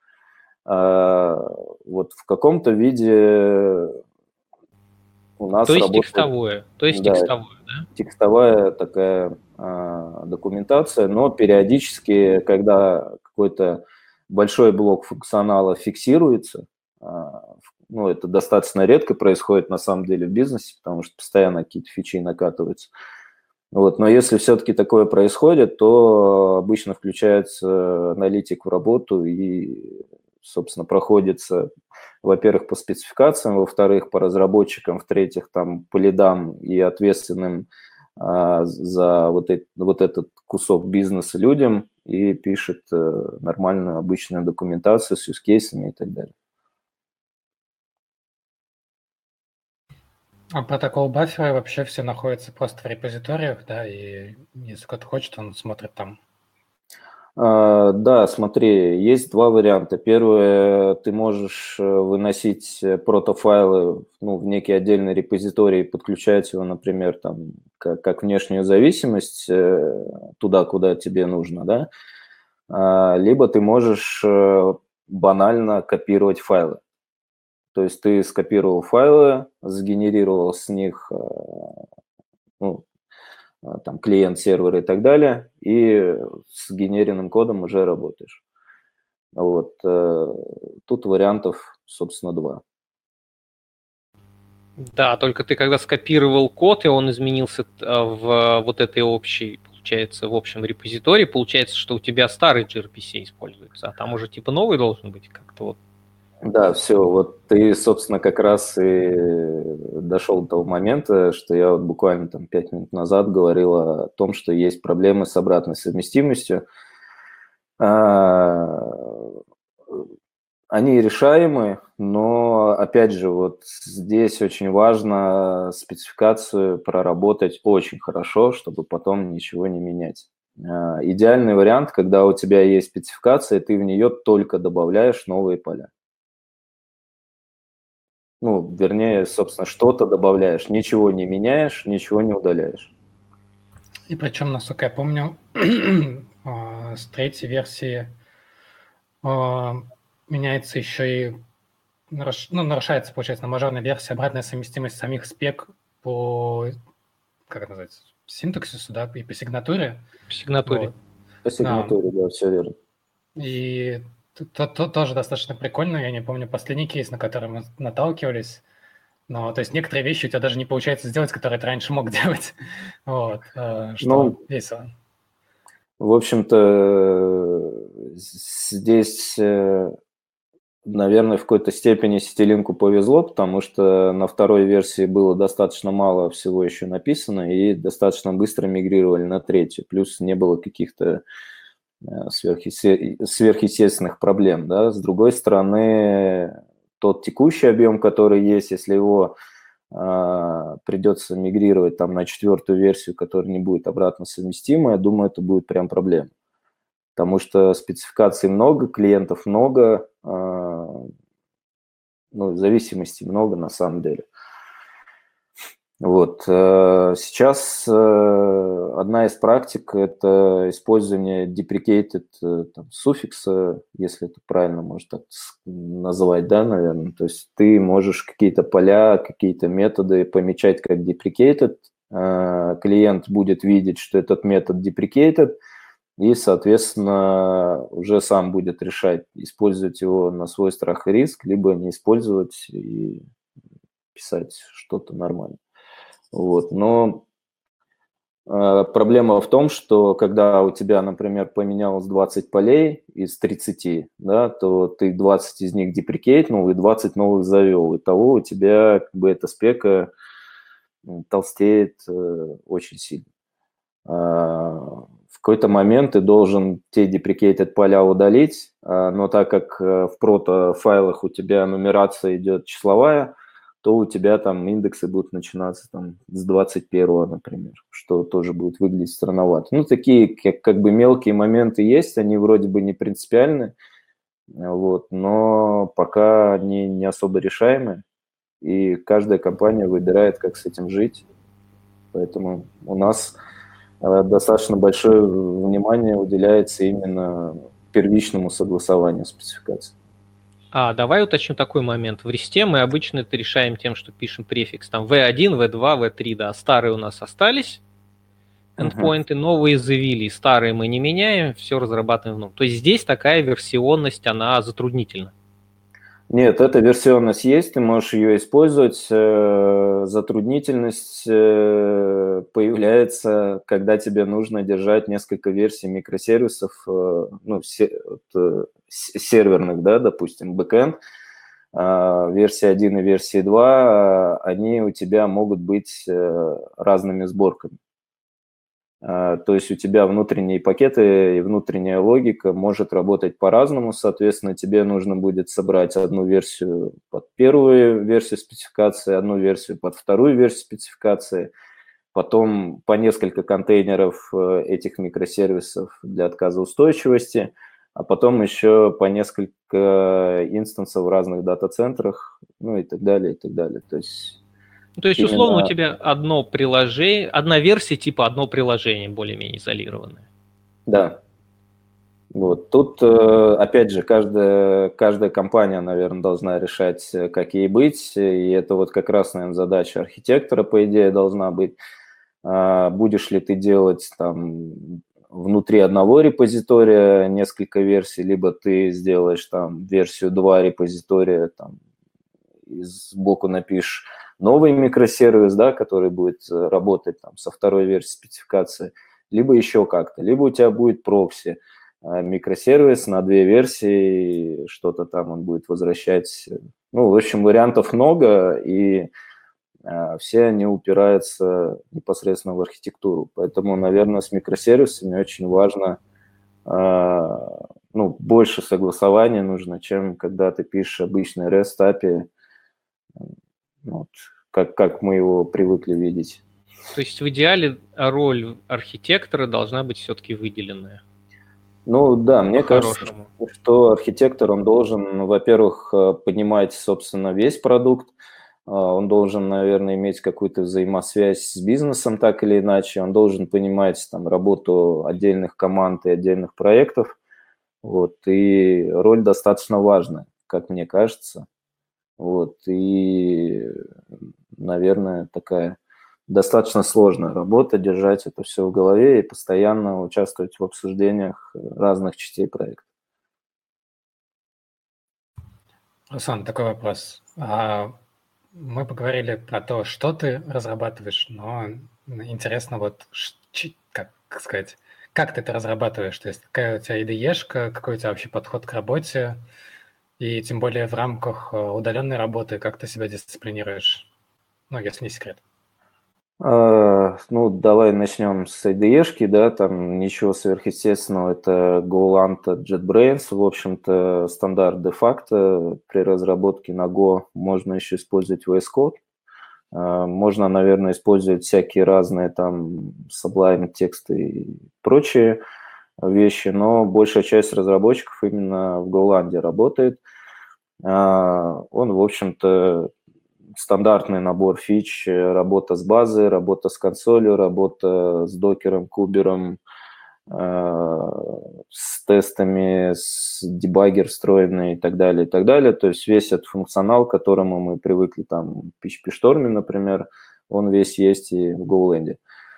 Вот в каком-то виде у нас работает... текстовое. То есть текстовое, да? Текстовая такая документация, но периодически, когда какой-то большой блок функционала фиксируется, это достаточно редко происходит на самом деле в бизнесе, потому что постоянно какие-то фичи накатываются. Вот. Но если все-таки такое происходит, то обычно включается аналитик в работу и, собственно, проходится, во-первых, по спецификациям, во-вторых, по разработчикам, в-третьих, там, по лидам и ответственным за вот этот кусок бизнеса людям и пишет нормальную обычную документацию с юзкейсами и так далее. А протокол баффера вообще все находится просто в репозиториях, да, и если кто-то хочет, он смотрит там. Да, смотри, есть два варианта. Первое, ты можешь выносить протофайлы в некий отдельный репозиторий, подключать его, например, там, как внешнюю зависимость туда, куда тебе нужно, да. Либо ты можешь банально копировать файлы. То есть ты скопировал файлы, сгенерировал с них там клиент, сервер и так далее, и с генерированным кодом уже работаешь. Вот. Тут вариантов, собственно, два. Да, только ты когда скопировал код, и он изменился в вот этой общей, получается, в общем репозитории, получается, что у тебя старый gRPC используется, а там уже типа новый должен быть как-то вот. Да, все, вот ты, собственно, как раз и дошел до того момента, что я вот буквально там 5 минут назад говорил о том, что есть проблемы с обратной совместимостью. Они решаемы, но, опять же, вот здесь очень важно спецификацию проработать очень хорошо, чтобы потом ничего не менять. Идеальный вариант, когда у тебя есть спецификация, ты в нее только добавляешь новые поля. Ну, вернее, собственно, что-то добавляешь, ничего не меняешь, ничего не удаляешь. И причем, насколько я помню, с третьей версии меняется еще и, нарушается, получается, на мажорной версии обратная совместимость самих спек по, как это называется, синтаксису, да, и по сигнатуре. По сигнатуре. Вот. По сигнатуре, да, все верно. И тоже достаточно прикольно. Я не помню последний кейс, на который мы наталкивались. Но, то есть некоторые вещи у тебя даже не получается сделать, которые ты раньше мог делать. Вот, что весело. В общем-то, здесь, наверное, в какой-то степени Ситилинку повезло, потому что на второй версии было достаточно мало всего еще написано, и достаточно быстро мигрировали на третью. Плюс не было каких-то сверхъестественных проблем. Да? С другой стороны, тот текущий объем, который есть, если его придется мигрировать там на 4-ю версию, которая не будет обратно совместима, я думаю, это будет прям проблема. Потому что спецификаций много, клиентов много, зависимостей много на самом деле. Вот. Сейчас одна из практик – это использование deprecated суффикса, если это правильно можно так называть, да, наверное. То есть ты можешь какие-то поля, какие-то методы помечать как deprecated, клиент будет видеть, что этот метод deprecated, и, соответственно, уже сам будет решать, использовать его на свой страх и риск, либо не использовать и писать что-то нормально. Вот. Но проблема в том, что когда у тебя, например, поменялось 20 полей из 30, да, то ты 20 из них деприкейтнул и 20 новых завел. Итого у тебя эта спека толстеет очень сильно. В какой-то момент ты должен те deprecated поля удалить, но так как в прото-файлах у тебя нумерация идет числовая, то у тебя там индексы будут начинаться там с 21-го, например, что тоже будет выглядеть странновато. Такие как бы мелкие моменты есть, они вроде бы не принципиальны, вот, но пока они не особо решаемы, и каждая компания выбирает, как с этим жить. Поэтому у нас достаточно большое внимание уделяется именно первичному согласованию спецификаций. Давай уточню такой момент. В ресте мы обычно это решаем тем, что пишем префикс. Там V1, V2, V3, да. Старые у нас остались, эндпоинты, новые завели. Старые мы не меняем, все разрабатываем в новом. То есть здесь такая версионность, она затруднительна. Нет, эта версионность есть, ты можешь ее использовать. Затруднительность появляется, когда тебе нужно держать несколько версий микросервисов, серверных, да, допустим, бэкэнд. Версия 1 и версия 2, они у тебя могут быть разными сборками. То есть у тебя внутренние пакеты и внутренняя логика может работать по-разному. Соответственно, тебе нужно будет собрать одну версию под первую версию спецификации, одну версию под вторую версию спецификации, потом по несколько контейнеров этих микросервисов для отказоустойчивости, а потом еще по несколько инстансов в разных дата-центрах, и так далее, и так далее. То есть условно, у тебя одно приложение, одна версия типа одно приложение более-менее изолированное. Да. Вот. Тут, опять же, каждая компания, наверное, должна решать, как ей быть, и это вот как раз, наверное, задача архитектора, по идее, должна быть. Будешь ли ты делать там внутри одного репозитория несколько версий, либо ты сделаешь там версию 2 репозитория, там, и сбоку напишешь новый микросервис, да, который будет работать там со второй версией спецификации, либо еще как-то, либо у тебя будет прокси, микросервис на 2 версии, что-то там он будет возвращать. Ну, в общем, вариантов много, и все они упираются непосредственно в архитектуру. Поэтому, наверное, с микросервисами очень важно, ну, больше согласования нужно, чем когда ты пишешь обычный REST API, вот, как мы его привыкли видеть. То есть в идеале роль архитектора должна быть все-таки выделенная. Ну да, мне кажется, что архитектор, он должен, во-первых, понимать, собственно, весь продукт, он должен, наверное, иметь какую-то взаимосвязь с бизнесом так или иначе, он должен понимать там работу отдельных команд и отдельных проектов, вот, и роль достаточно важная, как мне кажется, вот, и, наверное, такая достаточно сложная работа, держать это все в голове и постоянно участвовать в обсуждениях разных частей проекта. Руслан, такой вопрос. Мы поговорили про то, что ты разрабатываешь, но интересно вот, как сказать, как ты это разрабатываешь, то есть какая у тебя IDE-шка, какой у тебя вообще подход к работе, и тем более в рамках удаленной работы, как ты себя дисциплинируешь, ну, если не секрет. Ну, давай начнем с IDE-шки, да, там ничего сверхъестественного, это Golang от JetBrains, в общем-то, стандарт де-факто, при разработке на Go можно еще использовать VS Code, можно, наверное, использовать всякие разные там Sublime тексты и прочие вещи, но большая часть разработчиков именно в Golang работает. Он, в общем-то, стандартный набор фич, работа с базой, работа с консолью, работа с докером, кубером, с тестами, с дебаггер встроенный и так далее, и так далее. То есть весь этот функционал, к которому мы привыкли там в PHP-шторме, например, он весь есть и в GoLand.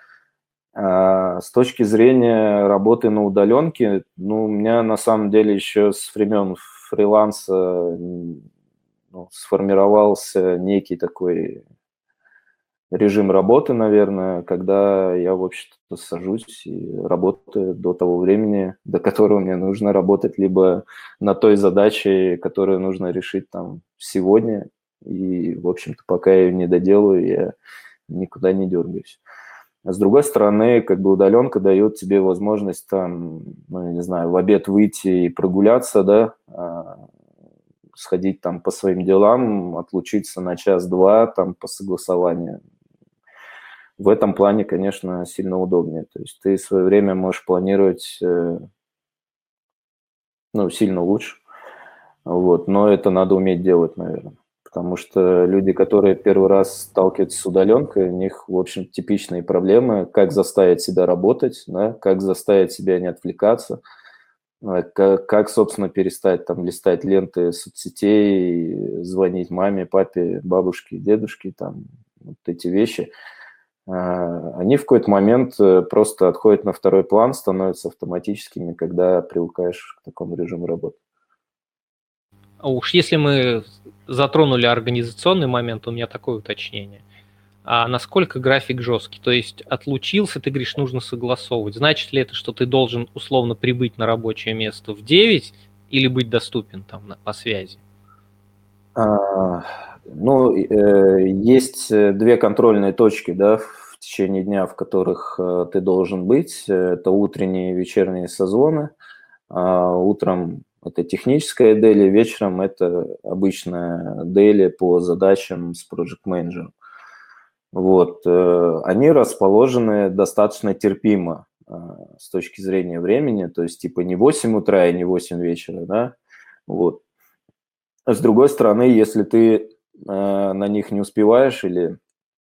С точки зрения работы на удаленке, ну, у меня на самом деле еще с времен фриланса сформировался некий такой режим работы, наверное, когда я, в общем-то, сажусь и работаю до того времени, до которого мне нужно работать, либо на той задаче, которую нужно решить там сегодня. И, в общем-то, пока я ее не доделаю, я никуда не дергаюсь. А с другой стороны, как бы удаленка дает тебе возможность там, ну, я не знаю, в обед выйти и прогуляться, да, сходить там по своим делам, отлучиться на час-два там по согласованию. В этом плане, конечно, сильно удобнее. То есть ты свое время можешь планировать, ну, сильно лучше. Вот. Но это надо уметь делать, наверное. Потому что люди, которые первый раз сталкиваются с удаленкой, у них, в общем, типичные проблемы, как заставить себя работать, да, как заставить себя не отвлекаться, как, собственно, перестать там листать ленты соцсетей, звонить маме, папе, бабушке, дедушке, там, вот эти вещи, они в какой-то момент просто отходят на второй план, становятся автоматическими, когда привыкаешь к такому режиму работы. А уж если мы затронули организационный момент, у меня такое уточнение. А насколько график жесткий? То есть отлучился, ты говоришь, нужно согласовывать. Значит ли это, что ты должен условно прибыть на рабочее место в 9 или быть доступен там по связи? Ну, есть две контрольные точки, да, в течение дня, в которых ты должен быть. Это утренние и вечерние созвоны. Утром это техническая дейли, вечером это обычная дейли по задачам с Project Manager. Вот. Они расположены достаточно терпимо с точки зрения времени, то есть типа не 8 утра и не 8 вечера, да, вот. С другой стороны, если ты на них не успеваешь или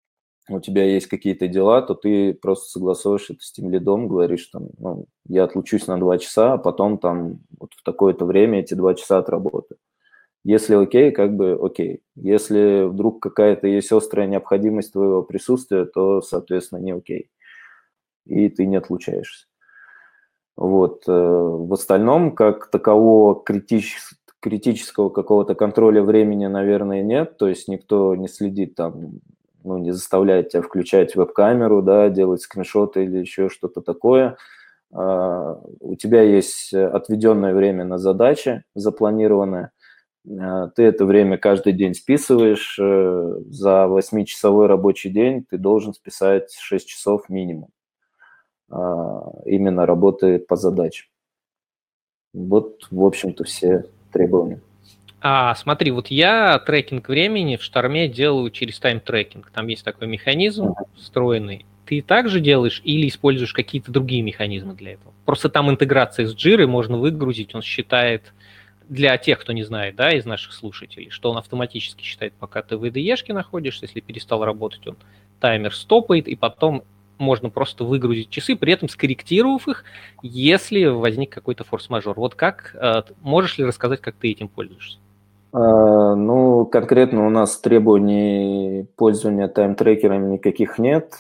у тебя есть какие-то дела, то ты просто согласуешь это с тимлидом, говоришь, там, ну, я отлучусь на 2 часа, а потом там вот в такое-то время эти 2 часа отработаю. Если окей, как бы окей. Если вдруг какая-то есть острая необходимость твоего присутствия, то, соответственно, не окей. И ты не отлучаешься. Вот. В остальном, как такового критического какого-то контроля времени, наверное, нет. То есть никто не следит там, ну, не заставляет тебя включать веб-камеру, да, делать скриншоты или еще что-то такое. У тебя есть отведенное время на задачи, запланированное. Ты это время каждый день списываешь. За 8-часовой рабочий день ты должен списать 6 часов минимум именно работы по задачам. Вот, в общем-то, все требования. Смотри, вот я трекинг времени в Шторме делаю через тайм-трекинг. Там есть такой механизм встроенный. Ты также делаешь или используешь какие-то другие механизмы для этого? Просто там интеграция с Jira, можно выгрузить, он считает, для тех, кто не знает, да, из наших слушателей, что он автоматически считает, пока ты в IDE-шке находишься, если перестал работать, он таймер стопает, и потом можно просто выгрузить часы, при этом скорректировав их, если возник какой-то форс-мажор. Вот как, можешь ли рассказать, как ты этим пользуешься? Ну, конкретно у нас требований пользования тайм-трекерами никаких нет.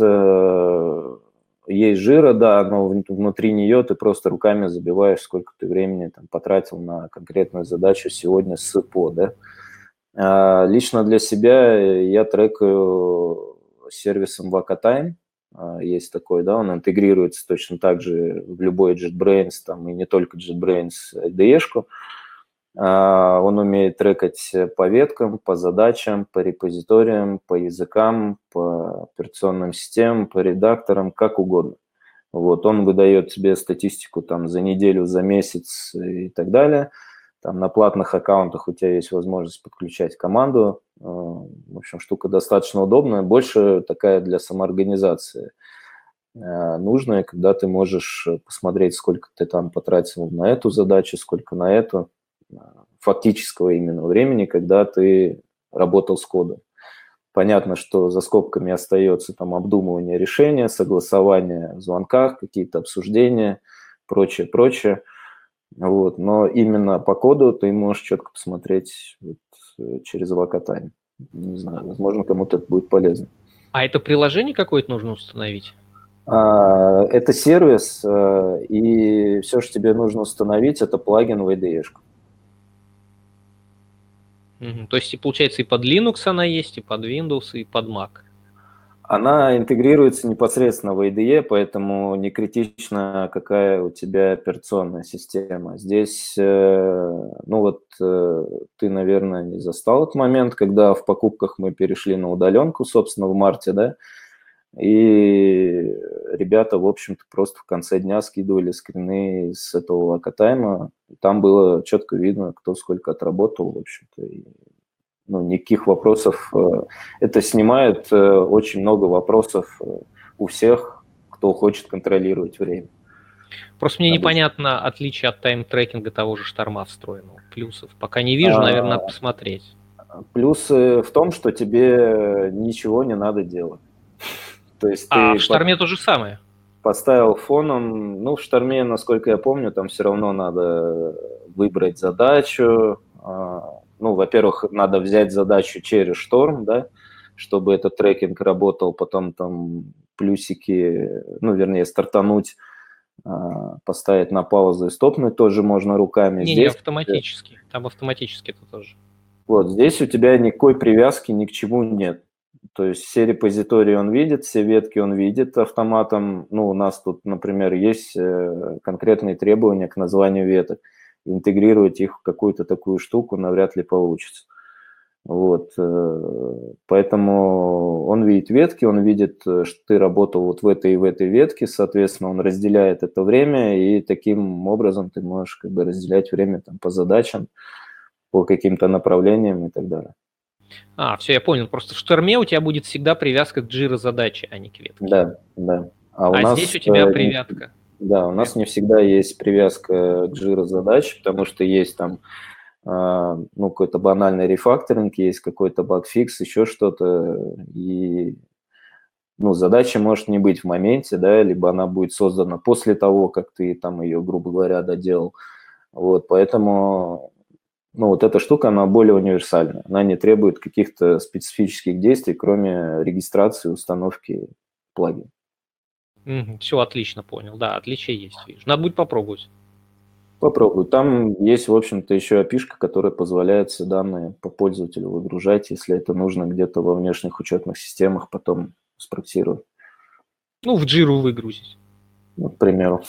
Есть Jira, да, но внутри нее ты просто руками забиваешь, сколько ты времени там потратил на конкретную задачу сегодня с ПО, да. Лично для себя я трекаю сервисом Wakatime. Есть такой, да, он интегрируется точно так же в любой JetBrains, там, и не только JetBrains, IDE-шку. Он умеет трекать по веткам, по задачам, по репозиториям, по языкам, по операционным системам, по редакторам, как угодно. Вот, он выдает тебе статистику там за неделю, за месяц и так далее. Там на платных аккаунтах у тебя есть возможность подключать команду. В общем, штука достаточно удобная, больше такая для самоорганизации нужная, когда ты можешь посмотреть, сколько ты там потратил на эту задачу, сколько на эту, фактического именно времени, когда ты работал с кодом. Понятно, что за скобками остается там обдумывание решения, согласование в звонках, какие-то обсуждения, прочее, прочее. Вот. Но именно по коду ты можешь четко посмотреть вот, через Wakatime. Не знаю, возможно, кому-то это будет полезно. А это приложение какое-то нужно установить? Это сервис, и все, что тебе нужно установить, это плагин в IDE-шку. То есть, получается, и под Linux она есть, и под Windows, и под Mac. Она интегрируется непосредственно в IDE, поэтому не критично, какая у тебя операционная система. Здесь, ну вот, ты, наверное, не застал этот момент, когда в покупках мы перешли на удаленку, собственно, в марте, да, и ребята, в общем-то, просто в конце дня скидывали скрины с этого Wakatime. Там было четко видно, кто сколько отработал, в общем-то. И, ну, никаких вопросов. Это снимает очень много вопросов у всех, кто хочет контролировать время. Просто мне непонятно отличие от тайм-трекинга того же Шторма встроенного. Плюсов пока не вижу, наверное, надо посмотреть. Плюсы в том, что тебе ничего не надо делать. То есть ты в Шторме то же самое. Поставил фоном, ну, в Шторме, насколько я помню, там все равно надо выбрать задачу. Ну, во-первых, надо взять задачу через Шторм, да, чтобы этот трекинг работал, потом там плюсики, ну, вернее, стартануть, поставить на паузу и стопнуть тоже можно руками. Не, автоматически. Там автоматически это тоже. Вот, здесь у тебя никакой привязки ни к чему нет. То есть все репозитории он видит, все ветки он видит автоматом. Ну, у нас тут, например, есть конкретные требования к названию веток. Интегрировать их в какую-то такую штуку навряд ли получится. Вот. Поэтому он видит ветки, он видит, что ты работал вот в этой и в этой ветке, соответственно, он разделяет это время, и таким образом ты можешь как бы разделять время там, по задачам, по каким-то направлениям и так далее. Все, я понял. Просто в Шторме у тебя будет всегда привязка к Jira задачи, а не к ветке. Да. А у нас, здесь у тебя привязка. Да, у нас не всегда есть привязка к Jira задач, потому что есть там ну, какой-то банальный рефакторинг, есть какой-то багфикс, еще что-то. И ну, задача может не быть в моменте, да, либо она будет создана после того, как ты там ее, грубо говоря, доделал. Вот, поэтому, ну, вот эта штука, она более универсальна. Она не требует каких-то специфических действий, кроме регистрации, установки плагина. Все, отлично понял. Да, отличия есть, вижу. Надо будет попробовать. Попробуй. Там есть, в общем-то, еще API-шка, которая позволяет все данные по пользователю выгружать, если это нужно где-то во внешних учетных системах потом спроектировать. Ну, в Jira выгрузить. Ну, к примеру.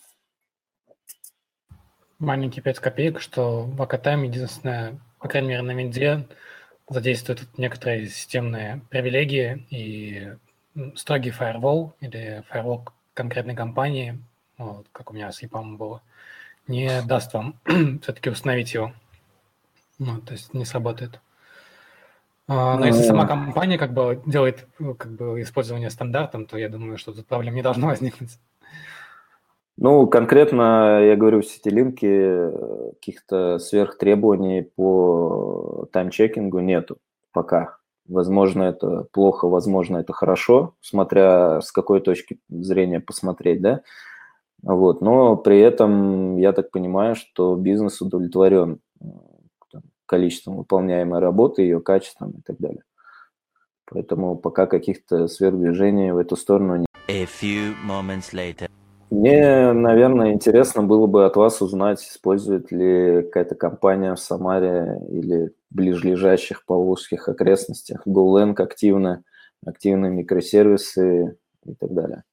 Маленькие 5 копеек, что в Акатаме единственное, по крайней мере, на винде задействуют некоторые системные привилегии и строгий фаервол или фаервол конкретной компании, вот, как у меня с EPAM было, не даст вам все-таки установить его. Ну, то есть не сработает. Но если сама компания как бы делает как бы использование стандартом, то я думаю, что тут проблем не должно возникнуть. Ну, конкретно, я говорю, в CityLink каких-то сверхтребований по таймчекингу нету пока. Возможно, это плохо, возможно, это хорошо, смотря с какой точки зрения посмотреть, да. Вот. Но при этом я так понимаю, что бизнес удовлетворен количеством выполняемой работы, ее качеством и так далее. Поэтому пока каких-то сверхдвижений в эту сторону нет. A few moments later. Мне, наверное, интересно было бы от вас узнать, использует ли какая-то компания в Самаре или ближайших поволжских окрестностях GoLang активные микросервисы и так далее.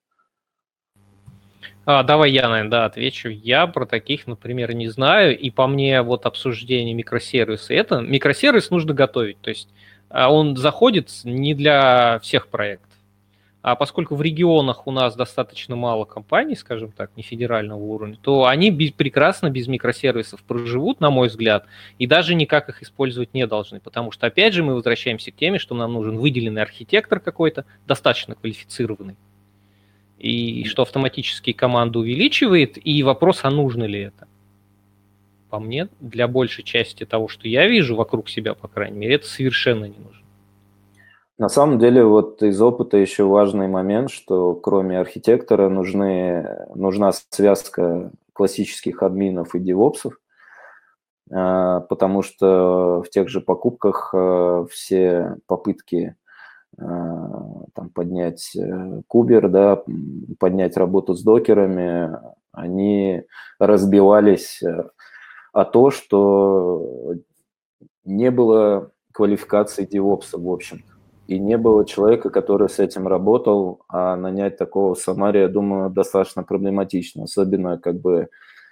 Давай я, наверное, да, отвечу. Я про таких, например, не знаю. И по мне вот обсуждение микросервиса, это микросервис нужно готовить. То есть он заходит не для всех проектов. А поскольку в регионах у нас достаточно мало компаний, скажем так, не федерального уровня, то они прекрасно без микросервисов проживут, на мой взгляд, и даже никак их использовать не должны. Потому что, опять же, мы возвращаемся к теме, что нам нужен выделенный архитектор какой-то, достаточно квалифицированный, и что автоматически команду увеличивает, и вопрос, а нужно ли это? По мне, для большей части того, что я вижу вокруг себя, по крайней мере, это совершенно не нужно. На самом деле, вот из опыта еще важный момент, что кроме архитектора нужна связка классических админов и девопсов, потому что в тех же покупках все попытки там, поднять кубер, да, поднять работу с докерами, они разбивались о то, что не было квалификации девопса, в общем-то. И не было человека, который с этим работал, а нанять такого в Самаре, я думаю, достаточно проблематично, особенно как бы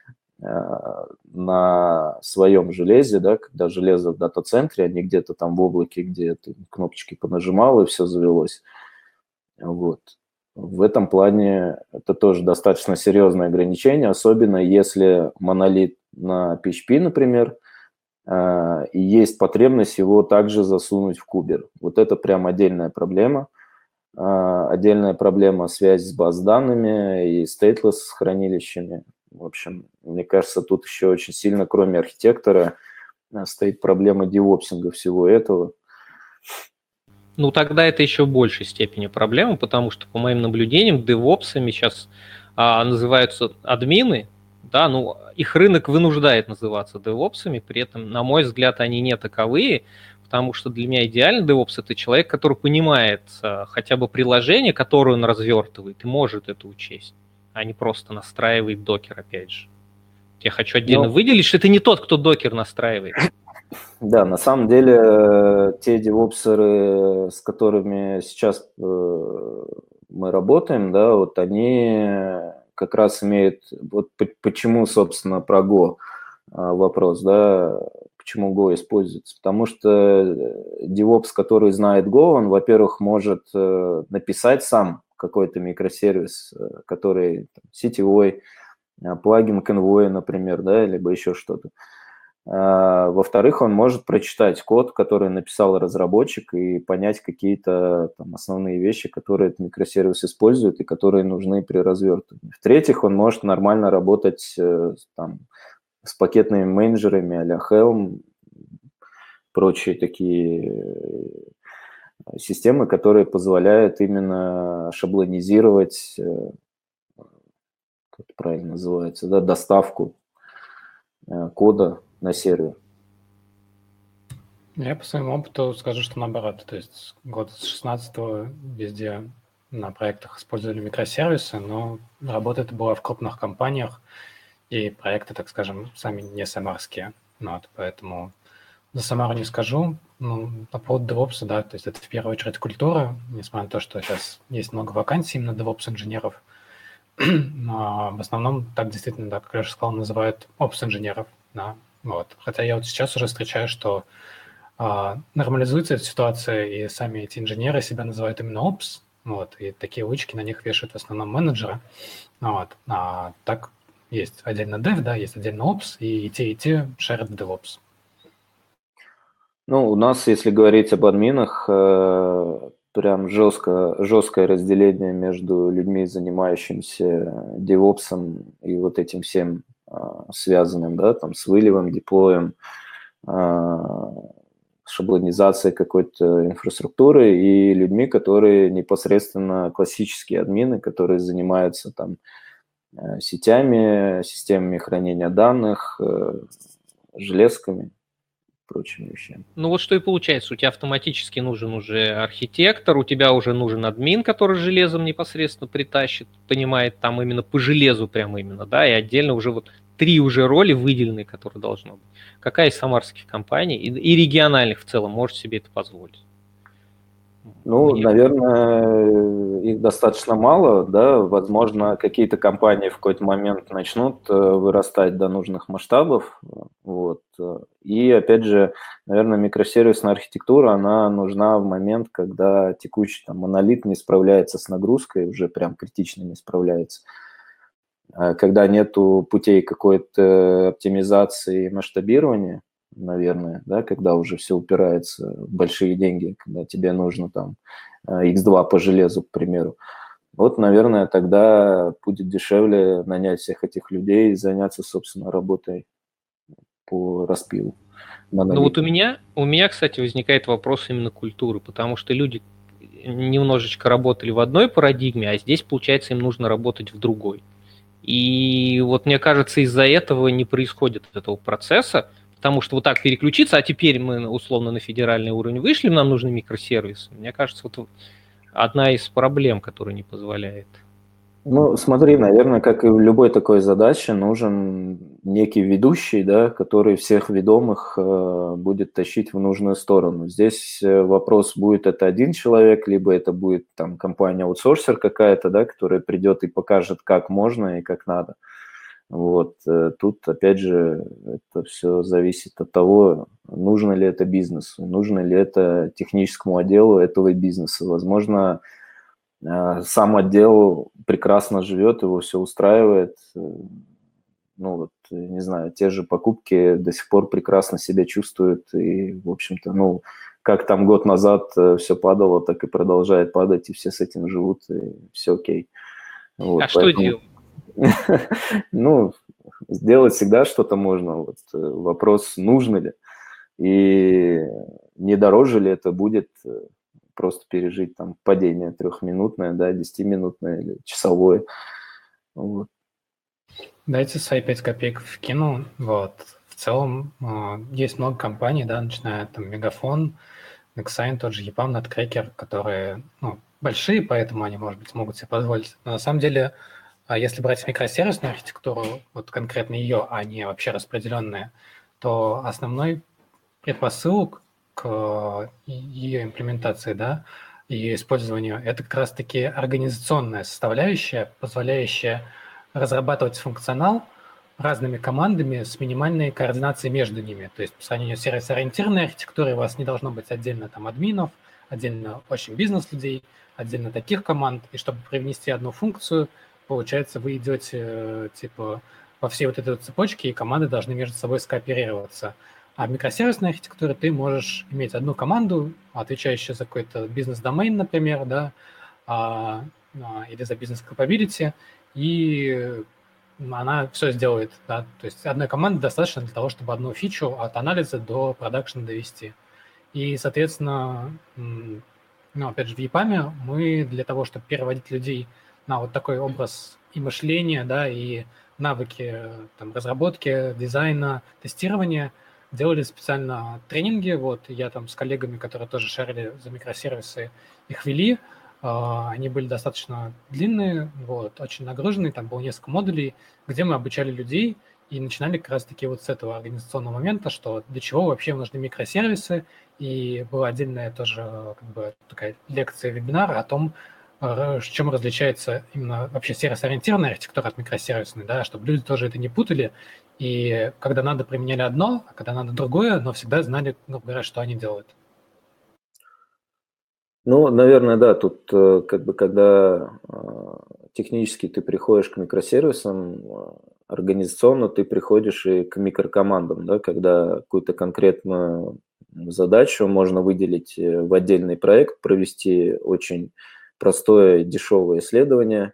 на своем железе, да, когда железо в дата-центре, а не где-то там в облаке, где ты кнопочки понажимал и все завелось. Вот. В этом плане это тоже достаточно серьезное ограничение, особенно если монолит на PHP, например, и есть потребность его также засунуть в кубер. Вот это прям отдельная проблема. Отдельная проблема связи с баз данными и stateless с хранилищами. В общем, мне кажется, тут еще очень сильно, кроме архитектора, стоит проблема девопсинга всего этого. Ну, тогда это еще в большей степени проблема, потому что, по моим наблюдениям, девопсами сейчас называются админы. Да, ну, их рынок вынуждает называться девопсами, при этом, на мой взгляд, они не таковые, потому что для меня идеальный девопс – это человек, который понимает хотя бы приложение, которое он развертывает, и может это учесть, а не просто настраивает докер, опять же. Я хочу отдельно выделить, что это не тот, кто докер настраивает. Да, на самом деле те девопсеры, с которыми сейчас мы работаем, да, вот они как раз имеют, вот почему, собственно, про Go вопрос, да, почему Go используется, потому что DevOps, который знает Go, он, во-первых, может написать сам какой-то микросервис, который сетевой, плагин Convoy, например, да, либо еще что-то. Во-вторых, он может прочитать код, который написал разработчик, и понять какие-то там основные вещи, которые этот микросервис использует и которые нужны при развертывании. В-третьих, он может нормально работать там, с пакетными менеджерами а-ля Helm, прочие такие системы, которые позволяют именно шаблонизировать, как это правильно называется, да, доставку кода на сервер. Я по своему опыту скажу, что наоборот. То есть год с 16-го везде на проектах использовали микросервисы, но работа это была в крупных компаниях, и проекты, так скажем, сами не самарские. Вот, поэтому за Самару не скажу. Ну, по поводу DevOps, да, то есть это в первую очередь культура, несмотря на то, что сейчас есть много вакансий именно DevOps-инженеров. Но в основном так действительно, да, как я уже сказал, называют Ops-инженеров. Да, вот. Хотя я вот сейчас уже встречаю, что нормализуется эта ситуация, и сами эти инженеры себя называют именно Ops, вот, и такие лычки на них вешают в основном менеджеры. Вот. А так есть отдельно Dev, да, есть отдельно Ops, и те шарят DevOps. Ну, у нас, если говорить об админах, прям жесткое разделение между людьми, занимающимися DevOps и вот этим всем связанным, да, там, с выливом, деплоем, шаблонизацией какой-то инфраструктуры, и людьми, которые непосредственно классические админы, которые занимаются там сетями, системами хранения данных, железками, прочими вещами. Ну вот что и получается, у тебя автоматически нужен уже архитектор, у тебя уже нужен админ, который железом непосредственно притащит, понимает там именно по железу прямо именно, да, и отдельно уже вот 3 уже роли выделенные, которые должно быть. Какая из самарских компаний и региональных в целом может себе это позволить? Ну, наверное, их достаточно мало, да, возможно, какие-то компании в какой-то момент начнут вырастать до нужных масштабов, вот, и, опять же, наверное, микросервисная архитектура, она нужна в момент, когда текущий там монолит не справляется с нагрузкой, уже прям критично не справляется, когда нету путей какой-то оптимизации и масштабирования, наверное, да, когда уже все упирается в большие деньги, когда тебе нужно там X2 по железу, к примеру. Вот, наверное, тогда будет дешевле нанять всех этих людей и заняться, собственно, работой по распилу монолита. Ну вот у меня, кстати, возникает вопрос именно культуры, потому что люди немножечко работали в одной парадигме, а здесь, получается, им нужно работать в другой. И вот мне кажется, из-за этого не происходит этого процесса, потому что вот так переключиться, а теперь мы условно на федеральный уровень вышли, нам нужны микросервисы. Мне кажется, вот одна из проблем, которая не позволяет. Ну, смотри, наверное, как и в любой такой задаче, нужен некий ведущий, да, который всех ведомых будет тащить в нужную сторону. Здесь вопрос, будет это один человек, либо это будет там компания-аутсорсер какая-то, да, которая придет и покажет, как можно и как надо. Вот. Тут, опять же, это все зависит от того, нужно ли это бизнесу, нужно ли это техническому отделу этого бизнеса. Возможно, сам отдел прекрасно живет, его все устраивает. Ну вот, не знаю, те же покупки до сих пор прекрасно себя чувствуют. И, в общем-то, ну, как там год назад все падало, так и продолжает падать, и все с этим живут, и все окей. Вот, а что делать? Ну, сделать всегда что-то можно. Вот, вопрос, нужно ли. И не дороже ли это будет просто пережить там падение 3-минутное, да, 10-минутное или часовое. Вот. Дайте свои 5 копеек вкину. Вот. В целом есть много компаний, да, начиная там Мегафон, Nexign, тот же EPAM, Netcracker, которые большие, поэтому они, может быть, могут себе позволить. Но на самом деле, если брать микросервисную архитектуру, вот конкретно ее, а не вообще распределенные, то основной предпосылок к ее имплементации, да, и использованию, это как раз-таки организационная составляющая, позволяющая разрабатывать функционал разными командами с минимальной координацией между ними. То есть по сравнению с сервис-ориентированной архитектурой у вас не должно быть отдельно там админов, отдельно очень бизнес-людей, отдельно таких команд. И чтобы привнести одну функцию, получается, вы идете типа во всей вот этой вот цепочке, и команды должны между собой скооперироваться. А в микросервисной архитектуре ты можешь иметь одну команду, отвечающую за какой-то бизнес-домен, например, да, или за бизнес-capability, и она все сделает. Да. То есть одной команды достаточно для того, чтобы одну фичу от анализа до продакшена довести. И, соответственно, Но опять же, в EPAM мы для того, чтобы переводить людей на вот такой образ и мышления, да, и навыки там, разработки, дизайна, тестирования, делали специально тренинги. Вот я там с коллегами, которые тоже шарили за микросервисы, их вели. Они были достаточно длинные, вот, очень нагруженные, там было несколько модулей, где мы обучали людей и начинали как раз-таки вот с этого организационного момента, что для чего вообще нужны микросервисы, и была отдельная тоже как бы такая лекция, вебинар о том, в чем различается именно вообще сервис-ориентированная архитектура от микросервисной, да, чтобы люди тоже это не путали, и когда надо, применяли одно, а когда надо другое, но всегда знали, грубо говоря, что они делают. Ну, наверное, да, тут как бы когда технически ты приходишь к микросервисам, организационно ты приходишь и к микрокомандам, да, когда какую-то конкретную задачу можно выделить в отдельный проект, провести очень простое дешевое исследование,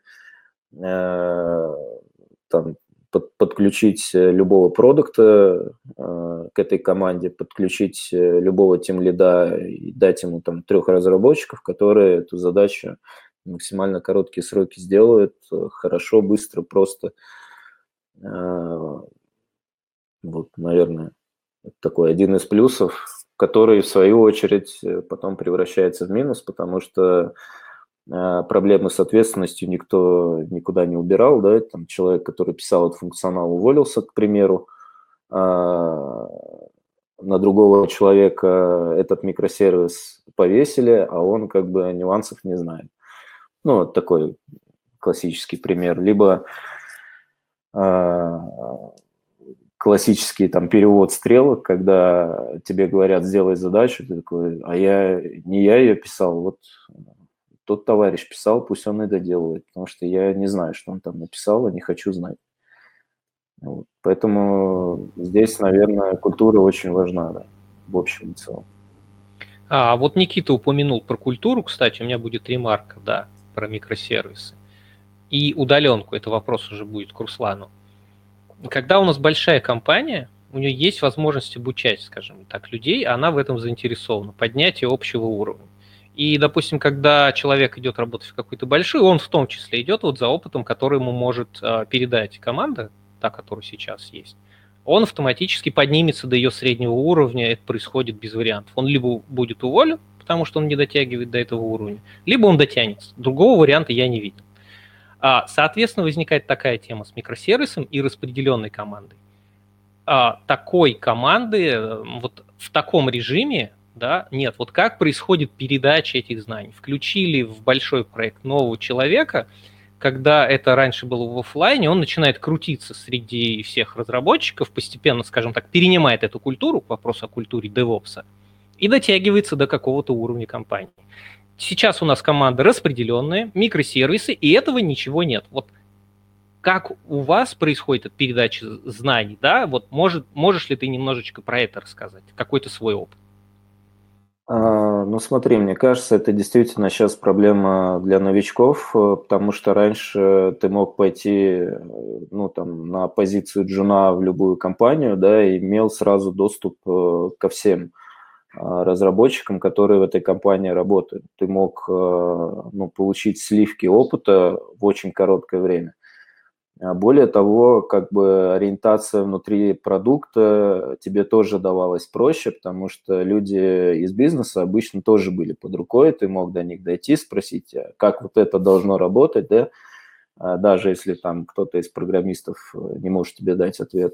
там, подключить любого продукта к этой команде, подключить любого тимлида и дать ему там 3 разработчиков, которые эту задачу в максимально короткие сроки сделают хорошо, быстро, просто. Вот, наверное, это такой один из плюсов, который, в свою очередь, потом превращается в минус, потому что проблемы с ответственностью никто никуда не убирал, да, там человек, который писал этот функционал, уволился, к примеру, на другого человека этот микросервис повесили, а он как бы нюансов не знает. Ну, вот такой классический пример. Либо классический там перевод стрелок, когда тебе говорят, сделай задачу, ты такой, не я ее писал, вот тот товарищ писал, пусть он и доделывает, потому что я не знаю, что он там написал, и не хочу знать. Вот. Поэтому здесь, наверное, культура очень важна, да, в общем и целом. Вот Никита упомянул про культуру, кстати, у меня будет ремарка, да, про микросервисы. И удаленку, это вопрос уже будет к Руслану. Когда у нас большая компания, у нее есть возможность обучать, скажем так, людей, она в этом заинтересована, поднятие общего уровня. И, допустим, когда человек идет работать в какой-то большой, он в том числе идет вот за опытом, который ему может передать команда, та, которая сейчас есть, он автоматически поднимется до ее среднего уровня, это происходит без вариантов. Он либо будет уволен, потому что он не дотягивает до этого уровня, либо он дотянется. Другого варианта я не видел. Соответственно, возникает такая тема с микросервисом и распределенной командой. Такой команды вот в таком режиме, да, нет. Вот как происходит передача этих знаний? Включили в большой проект нового человека, когда это раньше было в офлайне, он начинает крутиться среди всех разработчиков, постепенно, скажем так, перенимает эту культуру, вопрос о культуре DevOps, и дотягивается до какого-то уровня компании. Сейчас у нас команда распределенная, микросервисы, и этого ничего нет. Вот как у вас происходит передача знаний, да? Вот можешь ли ты немножечко про это рассказать, какой-то свой опыт? Ну, смотри, мне кажется, это действительно сейчас проблема для новичков, потому что раньше ты мог пойти, ну, там, на позицию джуна в любую компанию, да, и имел сразу доступ ко всем разработчикам, которые в этой компании работают. Ты мог, ну, получить сливки опыта в очень короткое время. Более того, как бы ориентация внутри продукта тебе тоже давалась проще, потому что люди из бизнеса обычно тоже были под рукой, ты мог до них дойти, спросить, как вот это должно работать, да, даже если там кто-то из программистов не может тебе дать ответ.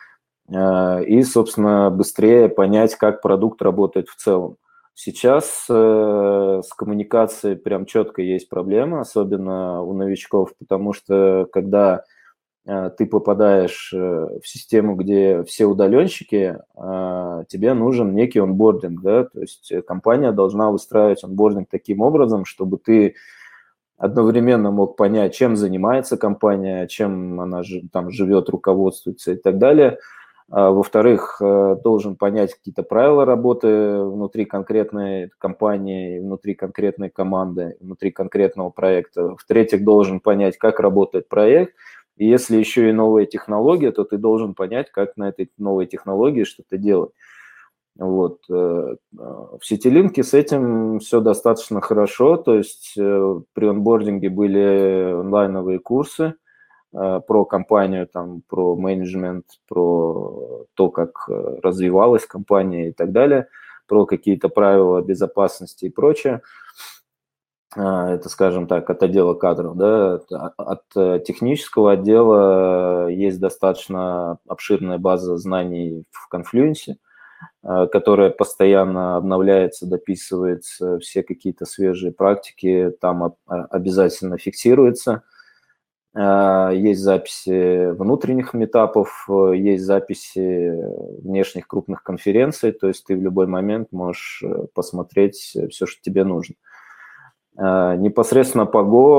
И, собственно, быстрее понять, как продукт работает в целом. Сейчас с коммуникацией прям четко есть проблема, особенно у новичков, потому что когда ты попадаешь в систему, где все удаленщики, тебе нужен некий онбординг, да, то есть компания должна выстраивать онбординг таким образом, чтобы ты одновременно мог понять, чем занимается компания, чем она там живет, руководствуется и так далее. Во-вторых, должен понять какие-то правила работы внутри конкретной компании, внутри конкретной команды, внутри конкретного проекта. В-третьих, должен понять, как работает проект. И если еще и новая технология, то ты должен понять, как на этой новой технологии что-то делать. Вот. В CityLink с этим все достаточно хорошо, то есть при онбординге были онлайновые курсы про компанию, там, про менеджмент, про то, как развивалась компания и так далее, про какие-то правила безопасности и прочее. Это, скажем так, от отдела кадров, да, от технического отдела есть достаточно обширная база знаний в Confluence, которая постоянно обновляется, дописывается, все какие-то свежие практики там обязательно фиксируются. Есть записи внутренних митапов, есть записи внешних крупных конференций, то есть ты в любой момент можешь посмотреть все, что тебе нужно. Непосредственно по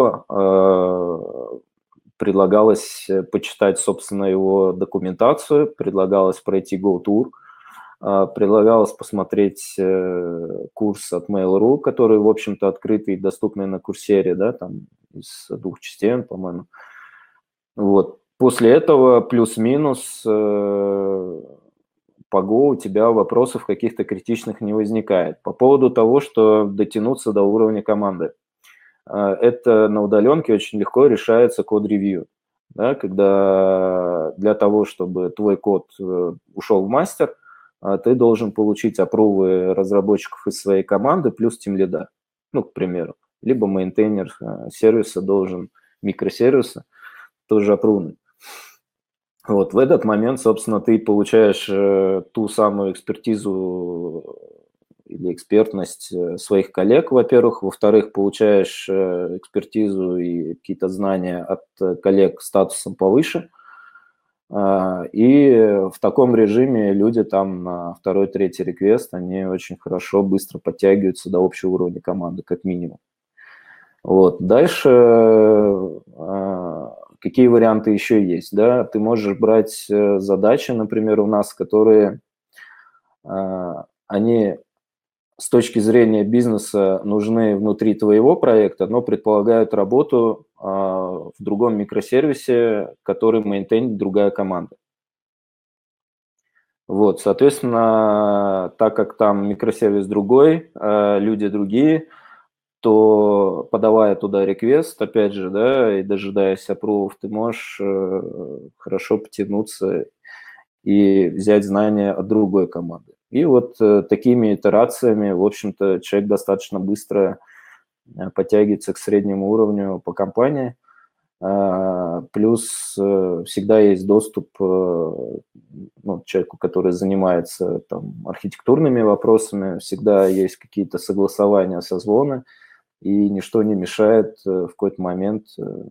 Go предлагалось почитать, собственно, его документацию, предлагалось пройти Go-тур, предлагалось посмотреть курс от Mail.ru, который, в общем-то, открытый и доступный на Курсере, да, там из 2 частей, по-моему. Вот. После этого плюс-минус по Go у тебя вопросов каких-то критичных не возникает. По поводу того, что дотянуться до уровня команды. Это на удаленке очень легко решается код-ревью. Да, когда для того, чтобы твой код ушел в мастер, ты должен получить апрувы разработчиков из своей команды плюс тимлида, ну, к примеру. Либо мейнтейнер сервиса должен, микросервиса, тоже апрувный. Вот, в этот момент, собственно, ты получаешь ту самую экспертизу или экспертность своих коллег, во-первых. Во-вторых, получаешь экспертизу и какие-то знания от коллег статусом повыше. И в таком режиме люди там на второй, третий реквест, они очень хорошо, быстро подтягиваются до общего уровня команды, как минимум. Вот. Дальше какие варианты еще есть? Да? Ты можешь брать задачи, например, у нас, которые они с точки зрения бизнеса нужны внутри твоего проекта, но предполагают работу в другом микросервисе, который мейнтейнит другая команда. Вот, соответственно, так как там микросервис другой, люди другие, то, подавая туда реквест, опять же, да, и дожидаясь аппрувов, ты можешь хорошо потянуться и взять знания от другой команды. И вот такими итерациями, в общем-то, человек достаточно быстро подтягивается к среднему уровню по компании. Плюс всегда есть доступ человеку, который занимается там, архитектурными вопросами, всегда есть какие-то согласования, созвоны, и ничто не мешает в какой-то момент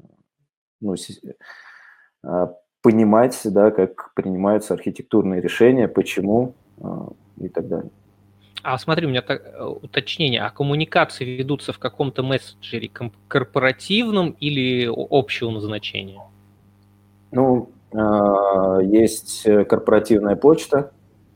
понимать, да, как принимаются архитектурные решения, почему и так далее. А смотри, у меня уточнение. А коммуникации ведутся в каком-то мессенджере корпоративном или общего назначения? Ну, есть корпоративная почта,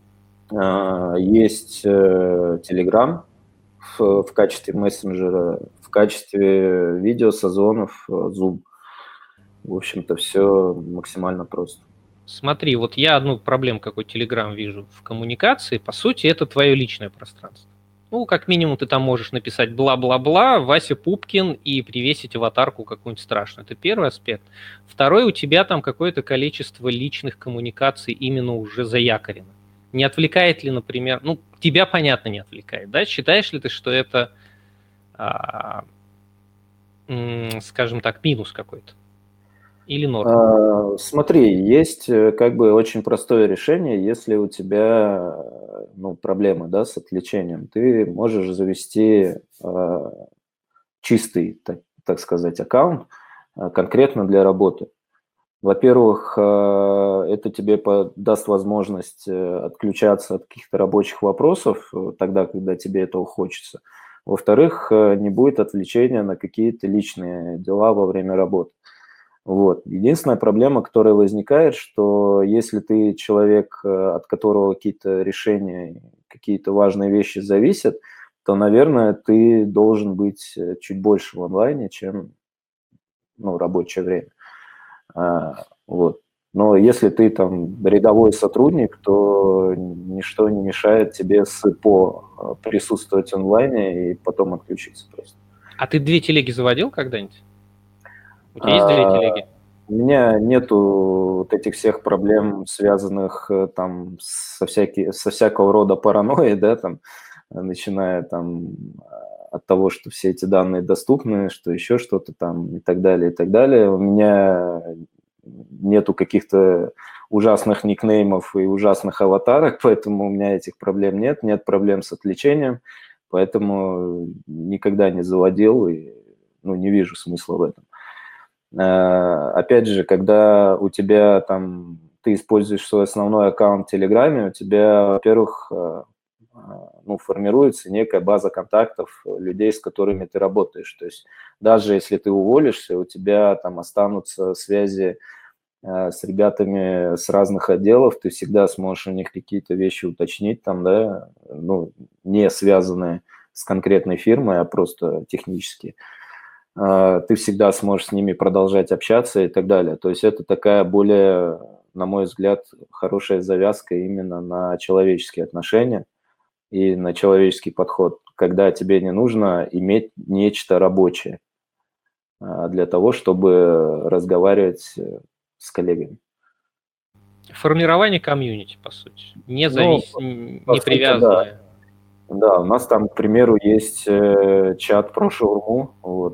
есть Telegram в качестве мессенджера, в качестве видеосозвонов Zoom. В общем-то, все максимально просто. Смотри, вот я одну проблему, какой Telegram вижу в коммуникации. По сути, это твое личное пространство. Ну, как минимум, ты там можешь написать бла-бла-бла, Вася Пупкин и привесить аватарку какую-нибудь страшную. Это первый аспект. Второй, у тебя там какое-то количество личных коммуникаций именно уже заякорено. Не отвлекает ли, например, ну, тебя, понятно, не отвлекает, да? Считаешь ли ты, что это, скажем так, минус какой-то? Или норм? Смотри, есть как бы очень простое решение, если у тебя проблемы, да, с отвлечением, ты можешь завести чистый, так сказать, аккаунт конкретно для работы. Во-первых, это тебе даст возможность отключаться от каких-то рабочих вопросов тогда, когда тебе этого хочется. Во-вторых, не будет отвлечения на какие-то личные дела во время работы. Вот. Единственная проблема, которая возникает, что если ты человек, от которого какие-то решения, какие-то важные вещи зависят, то, наверное, ты должен быть чуть больше в онлайне, чем рабочее время. Вот. Но если ты там рядовой сотрудник, то ничто не мешает тебе с ИПО присутствовать онлайне и потом отключиться просто. А ты 2 телеги заводил когда-нибудь? У тебя есть 2 телеги? У меня нету вот этих всех проблем, связанных там со всякого рода паранойей, да, там, начиная там от того, что все эти данные доступны, что еще что-то там и так далее, и так далее. У меня нету каких-то ужасных никнеймов и ужасных аватарок, поэтому у меня этих проблем нет, нет проблем с отвлечением, поэтому никогда не заводил и не вижу смысла в этом. Опять же, когда у тебя там, ты используешь свой основной аккаунт в Телеграме, у тебя, во-первых, формируется некая база контактов людей, с которыми ты работаешь. То есть даже если ты уволишься, у тебя там останутся связи с ребятами с разных отделов, ты всегда сможешь у них какие-то вещи уточнить, там, да, не связанные с конкретной фирмой, а просто технические. Ты всегда сможешь с ними продолжать общаться и так далее. То есть это такая более, на мой взгляд, хорошая завязка именно на человеческие отношения и на человеческий подход, когда тебе не нужно иметь нечто рабочее для того, чтобы разговаривать с коллегами. Формирование комьюнити, по сути. Не привязанное. Да, у нас там, к примеру, есть чат про шаурму,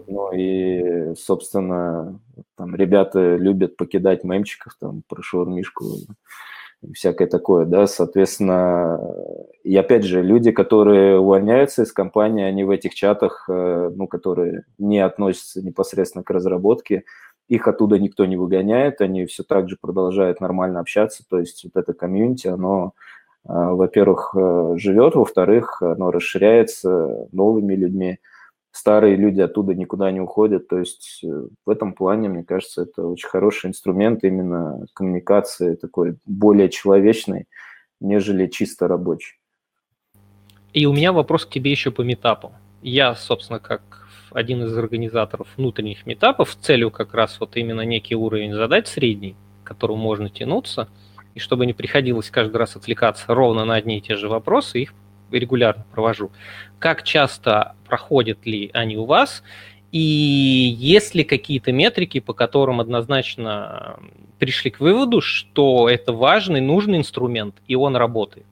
и, собственно, там ребята любят покидать мемчиков там про шаурмишку и всякое такое, да, соответственно, и опять же, люди, которые увольняются из компании, они в этих чатах, которые не относятся непосредственно к разработке, их оттуда никто не выгоняет, они все так же продолжают нормально общаться, то есть вот это комьюнити, оно, во-первых, живет, во-вторых, оно расширяется новыми людьми, старые люди оттуда никуда не уходят, то есть в этом плане, мне кажется, это очень хороший инструмент именно коммуникации, такой более человечный, нежели чисто рабочий. И у меня вопрос к тебе еще по митапу. Я, собственно, как один из организаторов внутренних митапов, с целью как раз вот именно некий уровень задать средний, к которому можно тянуться, и чтобы не приходилось каждый раз отвлекаться ровно на одни и те же вопросы, их регулярно провожу. Как часто проходят ли они у вас? И есть ли какие-то метрики, по которым однозначно пришли к выводу, что это важный, нужный инструмент, и он работает?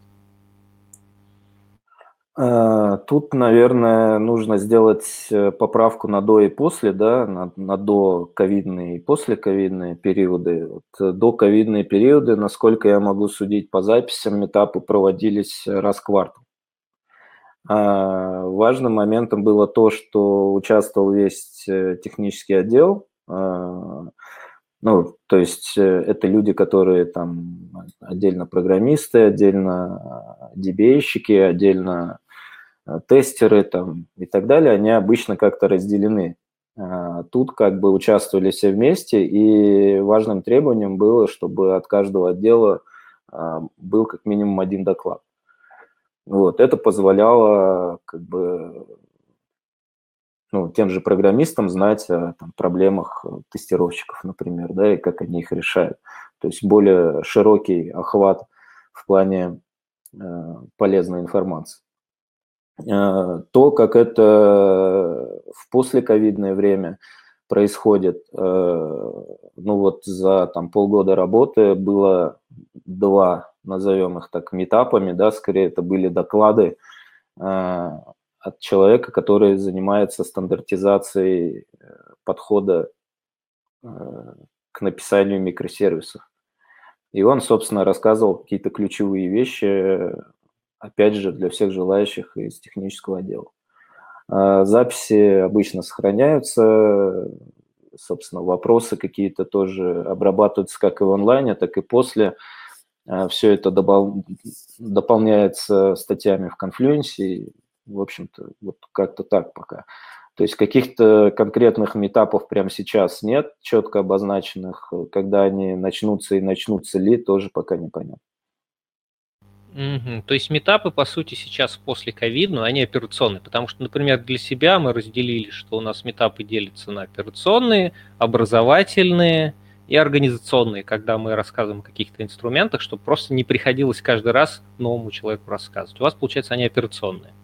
Тут, наверное, нужно сделать поправку на до и после, да, на до-ковидные и после-ковидные периоды. Вот до-ковидные периоды, насколько я могу судить по записям, митапы проводились раз в квартал. Важным моментом было то, что участвовал весь технический отдел, то есть это люди, которые там отдельно программисты, отдельно DBA-щики, отдельно тестеры там и так далее, они обычно как-то разделены. Тут как бы участвовали все вместе, и важным требованием было, чтобы от каждого отдела был как минимум один доклад. Вот, это позволяло как бы тем же программистам знать о проблемах тестировщиков, например, да, и как они их решают. То есть более широкий охват в плане полезной информации. То, как это в послековидное время происходит, за полгода работы было 2, назовем их так, митапами, да, скорее это были доклады от человека, который занимается стандартизацией подхода к написанию микросервисов. И он, собственно, рассказывал какие-то ключевые вещи, опять же, для всех желающих из технического отдела. Записи обычно сохраняются, собственно, вопросы какие-то тоже обрабатываются как и в онлайне, так и после. Все это дополняется статьями в Confluence. В общем-то, вот как-то так пока. То есть каких-то конкретных митапов прямо сейчас нет, четко обозначенных. Когда они начнутся и начнутся ли, тоже пока непонятно. То есть митапы, по сути, сейчас после ковидного, они операционные, потому что, например, для себя мы разделили, что у нас митапы делятся на операционные, образовательные и организационные, когда мы рассказываем о каких-то инструментах, чтобы просто не приходилось каждый раз новому человеку рассказывать. У вас, получается, они операционные.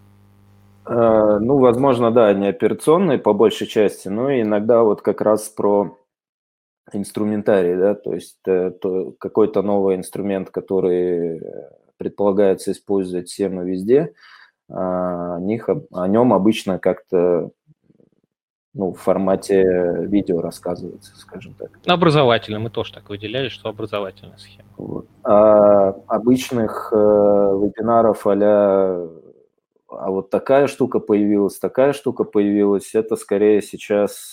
Ну, возможно, да, не операционные по большей части, но иногда вот как раз про инструментарий, да, то есть какой-то новый инструмент, который предполагается использовать всем и везде, о нем обычно как-то в формате видео рассказывается, скажем так. Образовательно, мы тоже так выделяли, что образовательная схема. Вот. А обычных вебинаров а-ля вот такая штука появилась, это скорее сейчас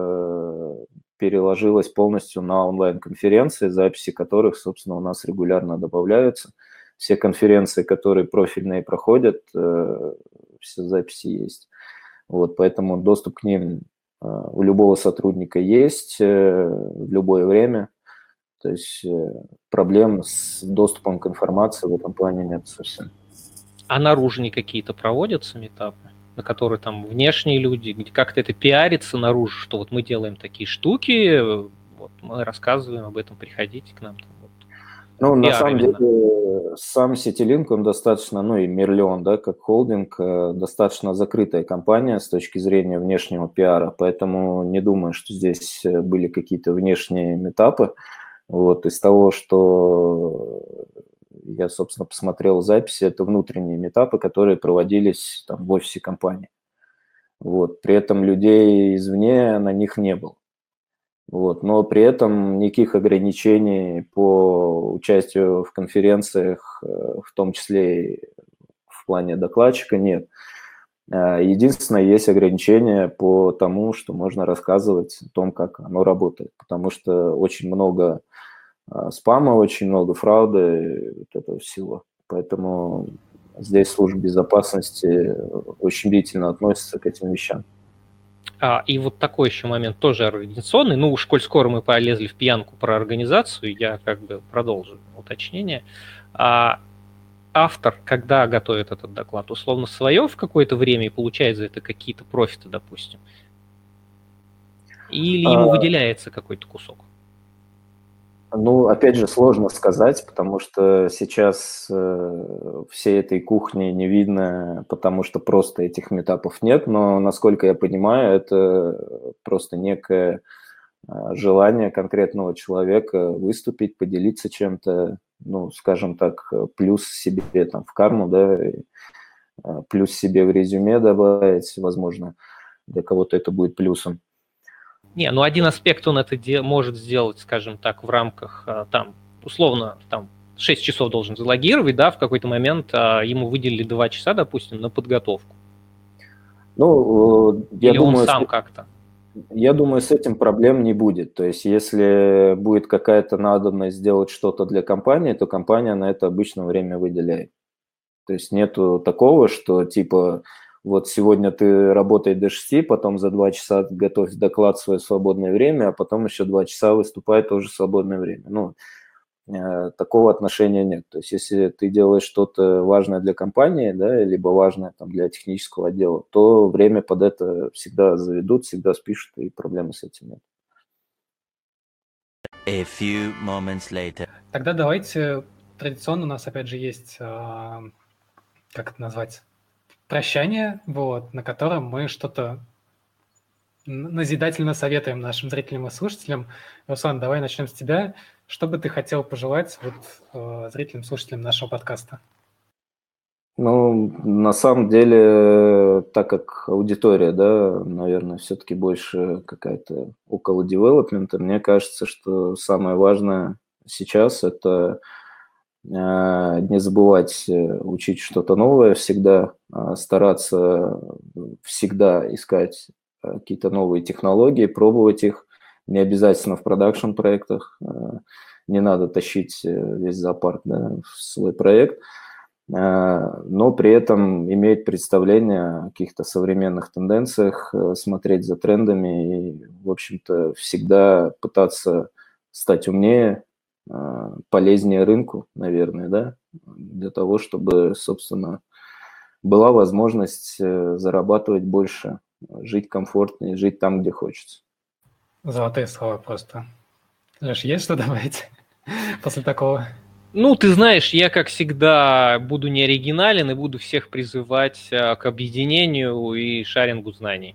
переложилось полностью на онлайн-конференции, записи которых, собственно, у нас регулярно добавляются. Все конференции, которые профильные проходят, все записи есть. Вот, поэтому доступ к ним у любого сотрудника есть в любое время. То есть проблем с доступом к информации в этом плане нет совсем. А наружные какие-то проводятся митапы, на которые там внешние люди, где как-то это пиарится наружу, что вот мы делаем такие штуки, вот мы рассказываем об этом, приходите к нам. Там, вот. Ну, на самом деле, сам CityLink, он достаточно, и Мирлион, да, как холдинг, достаточно закрытая компания с точки зрения внешнего пиара, поэтому не думаю, что здесь были какие-то внешние митапы. Вот, из того, что я, собственно, посмотрел записи, это внутренние митапы, которые проводились там в офисе компании. Вот, при этом людей извне на них не было. Вот, но при этом никаких ограничений по участию в конференциях, в том числе и в плане докладчика, нет. Единственное, есть ограничения по тому, что можно рассказывать о том, как оно работает, потому что очень много спама, очень много фрауды, вот этого всего. Поэтому здесь служба безопасности очень бдительно относится к этим вещам. И вот такой еще момент тоже организационный. Уж коль скоро мы полезли в пьянку про организацию, я как бы продолжу уточнение. Автор, когда готовит этот доклад, условно свое в какое-то время и получает за это какие-то профиты, допустим? Или ему выделяется какой-то кусок? Опять же, сложно сказать, потому что сейчас всей этой кухни не видно, потому что просто этих митапов нет, но, насколько я понимаю, это просто некое желание конкретного человека выступить, поделиться чем-то, скажем так, плюс себе там в карму, да, плюс себе в резюме добавить, возможно, для кого-то это будет плюсом. Один аспект он это может сделать, скажем так, в рамках, условно, 6 часов должен залогировать, да, в какой-то момент ему выделили 2 часа, допустим, на подготовку. Я думаю, он сам как-то? Я думаю, с этим проблем не будет. То есть, если будет какая-то надобность сделать что-то для компании, то компания на это обычно время выделяет. То есть, нету такого, что типа вот сегодня ты работай до 6, потом за 2 часа готовь доклад в свое свободное время, а потом еще 2 часа выступай тоже в свободное время. Такого отношения нет. То есть, если ты делаешь что-то важное для компании, да, либо важное там, для технического отдела, то время под это всегда заведут, всегда спишут, и проблемы с этим нет. A few moments later. Тогда давайте, традиционно у нас опять же есть, как это назвать, прощание, на котором мы что-то назидательно советуем нашим зрителям и слушателям. Руслан, давай начнем с тебя. Что бы ты хотел пожелать зрителям, слушателям нашего подкаста? На самом деле, так как аудитория, да, наверное, все-таки больше какая-то около девелопмента, мне кажется, что самое важное сейчас – это не забывать учить что-то новое всегда, стараться всегда искать какие-то новые технологии, пробовать их, не обязательно в продакшн-проектах, не надо тащить весь зоопарк, да, в свой проект, но при этом иметь представление о каких-то современных тенденциях, смотреть за трендами и, в общем-то, всегда пытаться стать умнее, полезнее рынку, наверное, да, для того, чтобы, собственно, была возможность зарабатывать больше, жить комфортнее, жить там, где хочется. Золотые слова просто. Леш, есть что добавить после такого? Ну, ты знаешь, я, как всегда, буду не оригинален и буду всех призывать к объединению и шарингу знаний.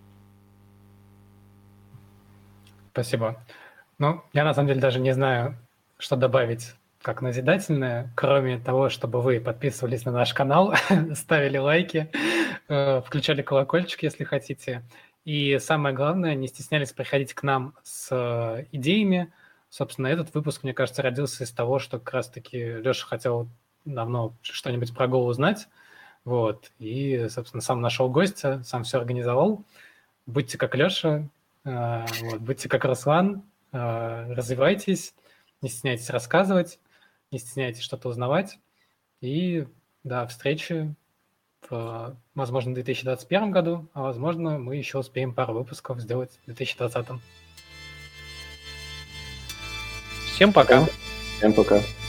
Спасибо. Ну, я на самом деле даже не знаю, что добавить как назидательное, кроме того, чтобы вы подписывались на наш канал, ставили лайки, включали колокольчик, если хотите. И самое главное, не стеснялись приходить к нам с идеями. Собственно, этот выпуск, мне кажется, родился из того, что как раз-таки Леша хотел давно что-нибудь про Go узнать. Вот. И, собственно, сам нашел гостя, сам все организовал. Будьте как Леша, будьте как Руслан, развивайтесь, не стесняйтесь рассказывать, не стесняйтесь что-то узнавать. И до встречи в, возможно, в 2021 году, а возможно, мы еще успеем пару выпусков сделать в 2020. Всем пока. Всем пока.